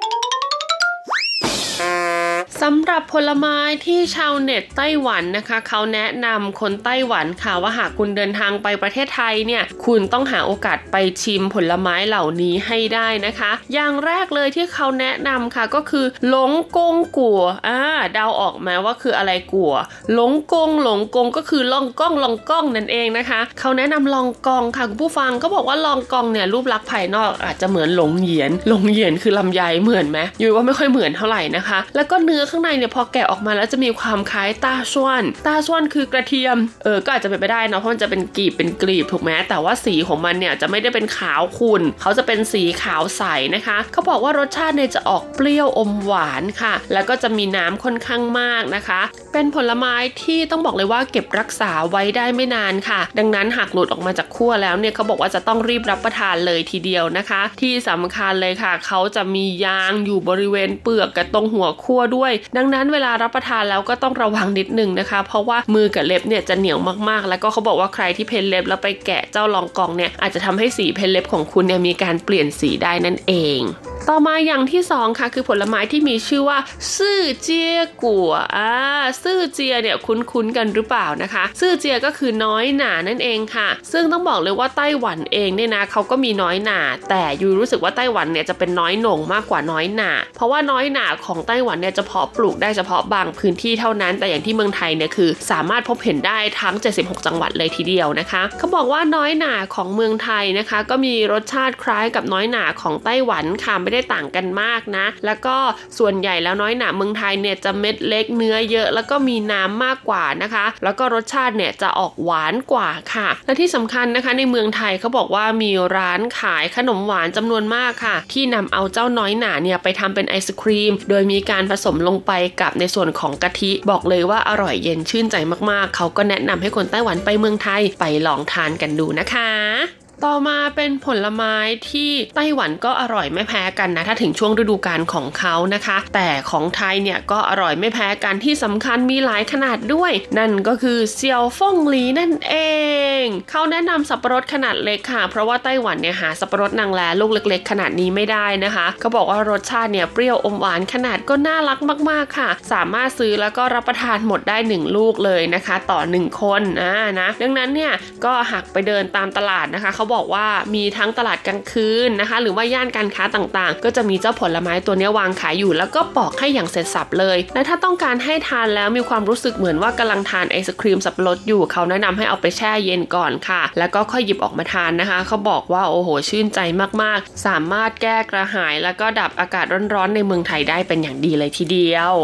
Speaker 3: สำหรับผลไม้ที่ชาวเน็ตไต้หวันนะคะเขาแนะนำคนไต้หวันค่ะว่าหากคุณเดินทางไปประเทศไทยเนี่ยคุณต้องหาโอกาสไปชิมผลไม้เหล่านี้ให้ได้นะคะอย่างแรกเลยที่เขาแนะนำค่ะก็คือหลงกงกัวอ่าเดาออกไหมว่าคืออะไรกัวหลงกงหลงกงก็คือลองก้องลองก้องนั่นเองนะคะเขาแนะนำลองกองค่ะคุณผู้ฟังก็บอกว่าลองกองเนี่ยรูปลักษณ์ภายนอกอาจจะเหมือนหลงเหยียนหลงเหยียนคือลำไยเหมือนไหมอยู่ว่าไม่ค่อยเหมือนเท่าไหร่นะคะแล้วก็เนื้อข้างในเนี่ยพอแกะออกมาแล้วจะมีความคล้ายต้าส่วนต้าส่วนคือกระเทียมเออก็อาจจะเป็นไปได้นะเพราะมันจะเป็นกลีบเป็นกลีบถูกไหมแต่ว่าสีของมันเนี่ยจะไม่ได้เป็นขาวขุ่นเขาจะเป็นสีขาวใสนะคะเขาบอกว่ารสชาติเนี่ยจะออกเปรี้ยวอมหวานค่ะแล้วก็จะมีน้ำค่อนข้างมากนะคะเป็นผลไม้ที่ต้องบอกเลยว่าเก็บรักษาไว้ได้ไม่นานค่ะดังนั้นหากหลุดออกมาจากขั้วแล้วเนี่ยเขาบอกว่าจะต้องรีบรับประทานเลยทีเดียวนะคะที่สำคัญเลยค่ะเขาจะมียางอยู่บริเวณเปลือกกับตรงหัวขั้วด้วยดังนั้นเวลารับประทานแล้วก็ต้องระวังนิดนึงนะคะเพราะว่ามือกับเล็บเนี่ยจะเหนียวมากๆแล้วก็เขาบอกว่าใครที่เพ้นเล็บแล้วไปแกะเจ้าลองกองเนี่ยอาจจะทำให้สีเพ้นเล็บของคุณเนี่ยมีการเปลี่ยนสีได้นั่นเองต่อมาอย่างที่สองค่ะคือผลไม้ที่มีชื่อว่าซื่อเจียกัวอ่าซื่อเจียเนี่ยคุ้นๆกันหรือเปล่านะคะซื่อเจียก็คือน้อยหน่านั่นเองค่ะซึ่งต้องบอกเลยว่าไต้หวันเองเนี่ยนะเขาก็มีน้อยหน่าแต่ยูรู้สึกว่าไต้หวันเนี่ยจะเป็นน้อยหน่งมากกว่าน้อยหน่าเพราะว่าน้อยหน่าของไต้หวันเนี่ยจะเพาะปลูกได้เฉพาะบางพื้นที่เท่านั้นแต่อย่างที่เมืองไทยเนี่ยคือสามารถพบเห็นได้ทั้งเจ็ดสิบหกจังหวัดเลยทีเดียวนะคะเขาบอกว่าน้อยหน่าของเมืองไทยนะคะก็มีรสชาติคล้ายกับน้อยหน่าของไต้หวันค่ะไม่ได้ต่างกันมากนะแล้วก็ส่วนใหญ่แล้วน้อยหน่าเมืองไทยเนี่ยจะเม็ดเล็กเนื้อเยอะแล้วก็มีน้ำมากกว่านะคะแล้วก็รสชาติเนี่ยจะออกหวานกว่าค่ะและที่สำคัญนะคะในเมืองไทยเขาบอกว่ามีร้านขายขนมหวานจำนวนมากค่ะที่นำเอาเจ้าน้อยหน่าเนี่ยไปทำเป็นไอศครีมโดยมีการผสมลงไปกับในส่วนของกะทิบอกเลยว่าอร่อยเย็นชื่นใจมากๆเขาก็แนะนำให้คนไต้หวันไปเมืองไทยไปลองทานกันดูนะคะต่อมาเป็นผลไม้ที่ไต้หวันก็อร่อยไม่แพ้กันนะถ้าถึงช่วงฤดูกาลของเขานะคะแต่ของไทยเนี่ยก็อร่อยไม่แพ้กันที่สำคัญมีหลายขนาดด้วยนั่นก็คือเซียวฟ่งหลีนั่นเองเขาแนะนำสับปะรดขนาดเล็กค่ะเพราะว่าไต้หวันเนี่ยหาสับปะรดนางแลลูกเล็กๆขนาดนี้ไม่ได้นะคะเขาบอกว่ารสชาติเนี่ยเปรี้ยวอมหวานขนาดก็น่ารักมากๆค่ะสามารถซื้อแล้วก็รับประทานหมดได้หนึ่งลูกเลยนะคะต่อหนึ่งคนนะนะดังนั้นเนี่ยก็หากไปเดินตามตลาดนะคะเขาบอกว่ามีทั้งตลาดกลางคืนนะคะหรือว่าย่านการค้าต่างๆก็จะมีเจ้าผลไม้ตัวนี้วางขายอยู่แล้วก็ปอกให้อย่างเสร็จสรรพเลยและถ้าต้องการให้ทานแล้วมีความรู้สึกเหมือนว่ากำลังทานไอศครีมสับปะรดอยู่เขาแนะนำให้เอาไปแช่เย็นก่อนค่ะแล้วก็ค่อยหยิบออกมาทานนะคะเขาบอกว่าโอ้โหชื่นใจมากๆสามารถแก้กระหายแล้วก็ดับอากาศร้อนๆในเมืองไทยได้เป็นอย่างดีเลยทีเดียว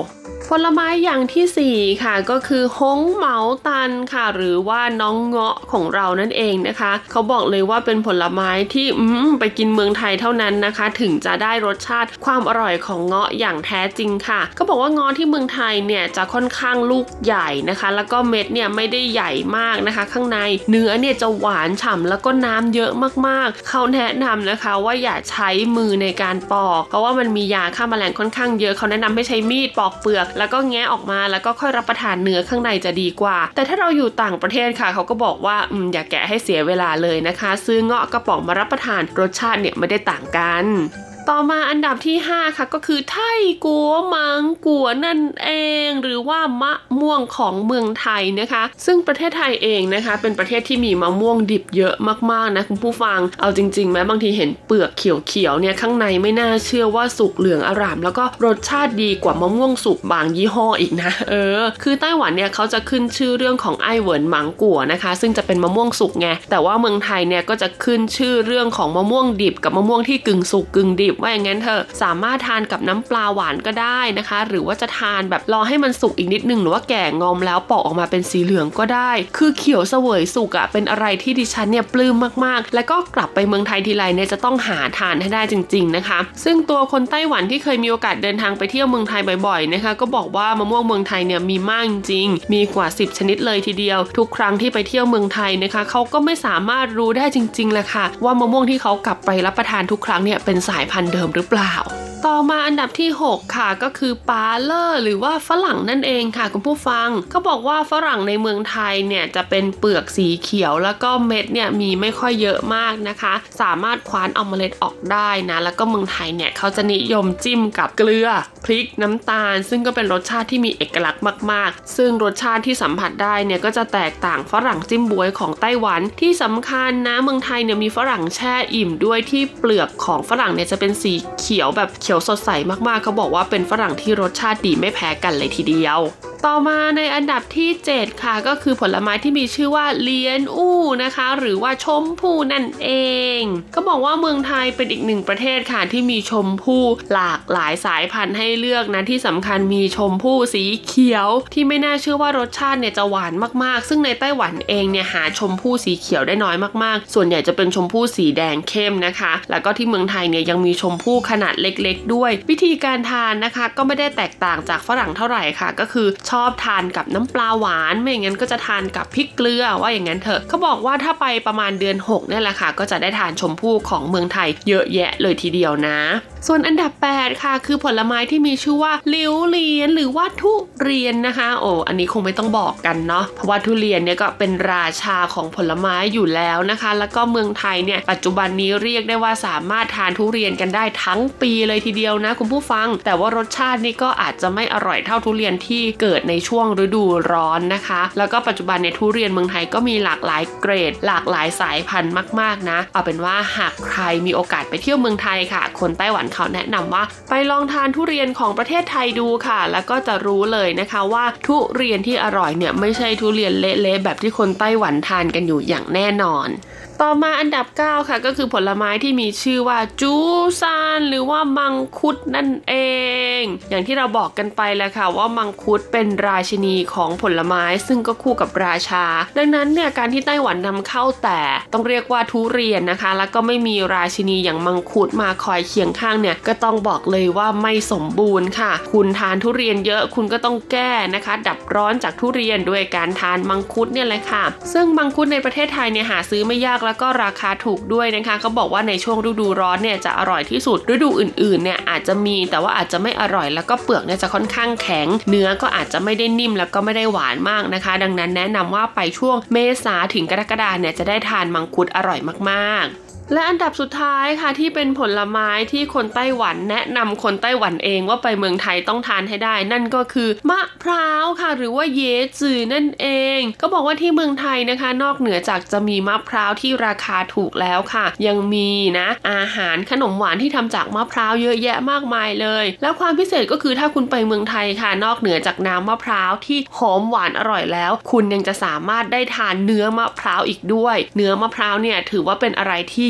Speaker 3: ผลไม้อย่างที่สี่ค่ะก็คือฮงเหมาตันค่ะหรือว่าน้องเงาะของเรานั่นเองนะคะเขาบอกเลยว่าเป็นผลไม้ที่อืมไปกินเมืองไทยเท่านั้นนะคะถึงจะได้รสชาติความอร่อยของเงาะอย่างแท้จริงค่ะก็บอกว่าเงาะที่เมืองไทยเนี่ยจะค่อนข้างลูกใหญ่นะคะแล้วก็เม็ดเนี่ยไม่ได้ใหญ่มากนะคะข้างในเนื้อเนี่ยจะหวานฉ่ำแล้วก็น้ำเยอะมากๆเขาแนะนำนะคะว่าอย่าใช้มือในการปอกเพราะว่ามันมียาฆ่าแมลงค่อนข้างเยอะเขาแนะนำให้ใช้มีดปอกเปลือกแล้วก็แงะออกมาแล้วก็ค่อยรับประทานเนื้อข้างในจะดีกว่าแต่ถ้าเราอยู่ต่างประเทศค่ะเขาก็บอกว่าอืมอย่าแกะให้เสียเวลาเลยนะคะซื้อเงาะกระป๋องมารับประทานรสชาติเนี่ยไม่ได้ต่างกันต่อมาอันดับที่ห้าค่ะก็คือไทกัวมังกัวนั่นเองหรือว่ามะม่วงของเมืองไทยนะคะซึ่งประเทศไทยเองนะคะเป็นประเทศที่มีมะม่วงดิบเยอะมากๆนะคุณผู้ฟังเอาจริงๆแม้บางทีเห็นเปลือกเขียวๆเนี่ยข้างในไม่น่าเชื่อว่าสุกเหลืองอร่ามแล้วก็รสชาติดีกว่ามะม่วงสุกบางยี่ห้ออีกนะเออคือไต้หวันเนี่ยเขาจะขึ้นชื่อเรื่องของไอเหวินมังกัวนะคะซึ่งจะเป็นมะม่วงสุกไงแต่ว่าเมืองไทยเนี่ยก็จะขึ้นชื่อเรื่องของมะม่วงดิบกับมะม่วงที่กึ่งสุกกึ่งดิบว่าอย่างงั้นเถอะสามารถทานกับน้ำปลาหวานก็ได้นะคะหรือว่าจะทานแบบรอให้มันสุกอีกนิดนึงหรือว่าแก่งอมแล้วปอกออกมาเป็นสีเหลืองก็ได้คือเขียวเสวยสุกอะเป็นอะไรที่ดิฉันเนี่ยปลื้มมากๆแล้วก็กลับไปเมืองไทยทีไรเนี่ยจะต้องหาทานให้ได้จริงๆนะคะซึ่งตัวคนไต้หวันที่เคยมีโอกาสเดินทางไปเที่ยวเมืองไทยบ่อยๆนะคะก็บอกว่ามะม่วงเมืองไทยเนี่ยมีมากจริงมีกว่าสิบชนิดเลยทีเดียวทุกครั้งที่ไปเที่ยวเมืองไทยนะคะเขาก็ไม่สามารถรู้ได้จริงๆแหละค่ะว่ามะม่วงที่เขากลับไปรับประทานทุกครั้งเนี่ยเป็นสายพันธุ์เดิมหรือเปล่าต่อมาอันดับที่หกค่ะก็คือปาเลอร์หรือว่าฝรั่งนั่นเองค่ะคุณผู้ฟังเขาบอกว่าฝรั่งในเมืองไทยเนี่ยจะเป็นเปลือกสีเขียวแล้วก็เม็ดเนี่ยมีไม่ค่อยเยอะมากนะคะสามารถคว้านเอาเมล็ดออกได้นะแล้วก็เมืองไทยเนี่ยเขาจะนิยมจิ้มกับเกลือพริกน้ำตาลซึ่งก็เป็นรสชาติที่มีเอกลักษณ์มากๆซึ่งรสชาติที่สัมผัสได้เนี่ยก็จะแตกต่างฝรั่งจิ้มบ๊วยของไต้หวันที่สำคัญนะเมืองไทยเนี่ยมีฝรั่งแช่อิ่มด้วยที่เปลือกของฝรั่งเนี่ยจะเป็นสีเขียวแบบเขียวสดใสมากๆเขาบอกว่าเป็นฝรั่งที่รสชาติดีไม่แพ้กันเลยทีเดียวต่อมาในอันดับที่เจ็ดค่ะก็คือผลไม้ที่มีชื่อว่าเลียนอู้นะคะหรือว่าชมพู่นั่นเองก็บอกว่าเมืองไทยเป็นอีกหนึ่งประเทศค่ะที่มีชมพู่หลากหลายสายพันธุ์ให้เลือกนะที่สำคัญมีชมพู่สีเขียวที่ไม่น่าเชื่อว่ารสชาติเนี่ยจะหวานมากๆซึ่งในไต้หวันเองเนี่ยหาชมพู่สีเขียวได้น้อยมากๆส่วนใหญ่จะเป็นชมพู่สีแดงเข้มนะคะแล้วก็ที่เมืองไทยเนี่ยยังมีชมพู่ขนาดเล็กๆด้วยวิธีการทานนะคะก็ไม่ได้แตกต่างจากฝรั่งเท่าไหร่ค่ะก็คือชอบทานกับน้ำปลาหวานไม่อย่างนั้นก็จะทานกับพริกเกลือว่าอย่างนั้นเถอะเขาบอกว่าถ้าไปประมาณเดือนหกเนี่ยแหละค่ะก็จะได้ทานชมพู่ของเมืองไทยเยอะแยะเลยทีเดียวนะส่วนอันดับแปดค่ะคือผลไม้ที่มีชื่อว่าลิ้วเรียนหรือว่าทุเรียนนะคะโอ้อันนี้คงไม่ต้องบอกกันเนาะเพราะว่าทุเรียนเนี่ยก็เป็นราชาของผลไม้อยู่แล้วนะคะแล้วก็เมืองไทยเนี่ยปัจจุบันนี้เรียกได้ว่าสามารถทานทุเรียนกันได้ทั้งปีเลยทีเดียวนะคุณผู้ฟังแต่ว่ารสชาตินี่ก็อาจจะไม่อร่อยเท่าทุเรียนที่เกิดในช่วงฤดูร้อนนะคะแล้วก็ปัจจุบันเนี่ยทุเรียนเมืองไทยก็มีหลากหลายเกรดหลากหลายสายพันธุ์มากๆนะเอาเป็นว่าหากใครมีโอกาสไปเที่ยวเมืองไทยค่ะคนไต้หวันเขาแนะนำว่าไปลองทานทุเรียนของประเทศไทยดูค่ะแล้วก็จะรู้เลยนะคะว่าทุเรียนที่อร่อยเนี่ยไม่ใช่ทุเรียนเละๆแบบที่คนไต้หวันทานกันอยู่อย่างแน่นอนต่อมาอันดับเก้าค่ะก็คือผลไม้ที่มีชื่อว่าจูซานหรือว่ามังคุดนั่นเองอย่างที่เราบอกกันไปแล้วค่ะว่ามังคุดเป็นราชินีของผลไม้ซึ่งก็คู่กับราชาดังนั้นเนี่ยการที่ไต้หวันนำเข้าแต่ต้องเรียกว่าทุเรียนนะคะแล้วก็ไม่มีราชินีอย่างมังคุดมาคอยเคียงข้างเนี่ยก็ต้องบอกเลยว่าไม่สมบูรณ์ค่ะคุณทานทุเรียนเยอะคุณก็ต้องแก้นะคะดับร้อนจากทุเรียนด้วยการทานมังคุดเนี่ยแหละค่ะซึ่งมังคุดในประเทศไทยเนี่ยหาซื้อไม่ยากแล้วก็ราคาถูกด้วยนะคะเขาบอกว่าในช่วงฤดูร้อนเนี่ยจะอร่อยที่สุดฤดูอื่นๆเนี่ยอาจจะมีแต่ว่าอาจจะไม่อร่อยแล้วก็เปลือกเนี่ยจะค่อนข้างแข็งเนื้อก็อาจจะไม่ได้นิ่มแล้วก็ไม่ได้หวานมากนะคะดังนั้นแนะนำว่าไปช่วงเมษาถึงกรกฎาคมเนี่ยจะได้ทานมังคุดอร่อยมากๆและอันดับสุดท้ายค่ะที่เป็นผลไม้ที่คนไต้หวันแนะนำคนไต้หวันเองว่าไปเมืองไทยต้องทานให้ได้นั่นก็คือมะพร้าวค่ะหรือว่าเยจือนั่นเองก็บอกว่าที่เมืองไทยนะคะนอกเหนือจากจะมีมะพร้าวที่ราคาถูกแล้วค่ะยังมีนะอาหารขนมหวานที่ทำจากมะพร้าวเยอะแยะมากมายเลยแล้วความพิเศษก็คือถ้าคุณไปเมืองไทยค่ะนอกเหนือจากน้ำมะพร้าวที่หอมหวานอร่อยแล้วคุณยังจะสามารถได้ทานเนื้อมะพร้าวอีกด้วยเนื้อมะพร้าวเนี่ยถือว่าเป็นอะไรที่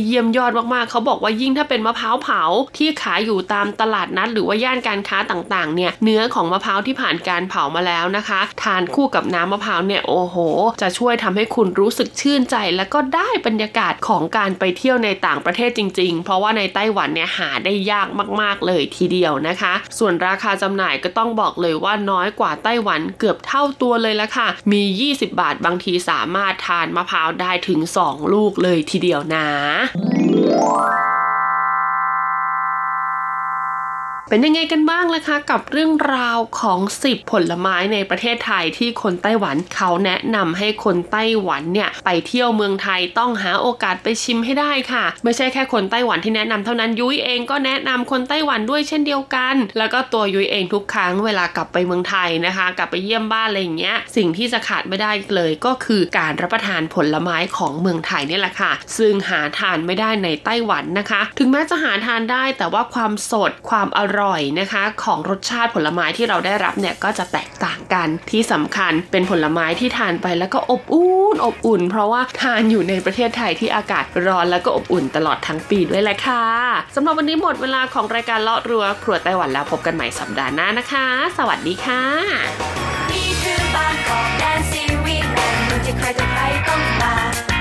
Speaker 3: เยี่ยมยอดมากๆเขาบอกว่ายิ่งถ้าเป็นมะพร้าวเผาที่ขายอยู่ตามตลาดนัดหรือว่าย่านการค้าต่างๆเนี่ยเนื้อของมะพร้าวที่ผ่านการเผามาแล้วนะคะทานคู่กับน้ำมะพร้าวเนี่ยโอ้โหจะช่วยทำให้คุณรู้สึกชื่นใจแล้วก็ได้บรรยากาศของการไปเที่ยวในต่างประเทศจริงๆเพราะว่าในไต้หวันเนี่ยหาได้ยากมากๆเลยทีเดียวนะคะส่วนราคาจำหน่ายก็ต้องบอกเลยว่าน้อยกว่าไต้หวันเกือบเท่าตัวเลยละค่ะมียี่สิบบาทบางทีสามารถทานมะพร้าวได้ถึงสองลูกเลยทีเดียวนะเป็นยังไงกันบ้างล่ะคะกับเรื่องราวของสิบผลไม้ในประเทศไทยที่คนไต้หวันเขาแนะนำให้คนไต้หวันเนี่ยไปเที่ยวเมืองไทยต้องหาโอกาสไปชิมให้ได้ค่ะไม่ใช่แค่คนไต้หวันที่แนะนำเท่านั้นยุ้ยเองก็แนะนำคนไต้หวันด้วยเช่นเดียวกันแล้วก็ตัวยุ้ยเองทุกครั้งเวลากลับไปเมืองไทยนะคะกลับไปเยี่ยมบ้านอะไรอย่างเงี้ยสิ่งที่จะขาดไม่ได้เลยก็คือการรับประทานผลไม้ของเมืองไทยนี่แหละค่ะซึ่งหาทานไม่ได้ในไต้หวันนะคะถึงแม้จะหาทานได้แต่ว่าความสดความอร่อยนะคะของรสชาติผลไม้ที่เราได้รับเนี่ยก็จะแตกต่างกันที่สำคัญเป็นผลไม้ที่ทานไปแล้วก็อบอุ่นอบอุ่นเพราะว่าทานอยู่ในประเทศไทยที่อากาศร้อนแล้วก็อบอุ่นตลอดทั้งปีด้วยแหละค่ะสำหรับวันนี้หมดเวลาของรายการเลาะรั้วครัวไต้หวันแล้วพบกันใหม่สัปดาห์หน้านะคะสวัสดีค่ะนี่คือบางกอกแดนซีรีแลนด์ที่ใครจะใครต้องมา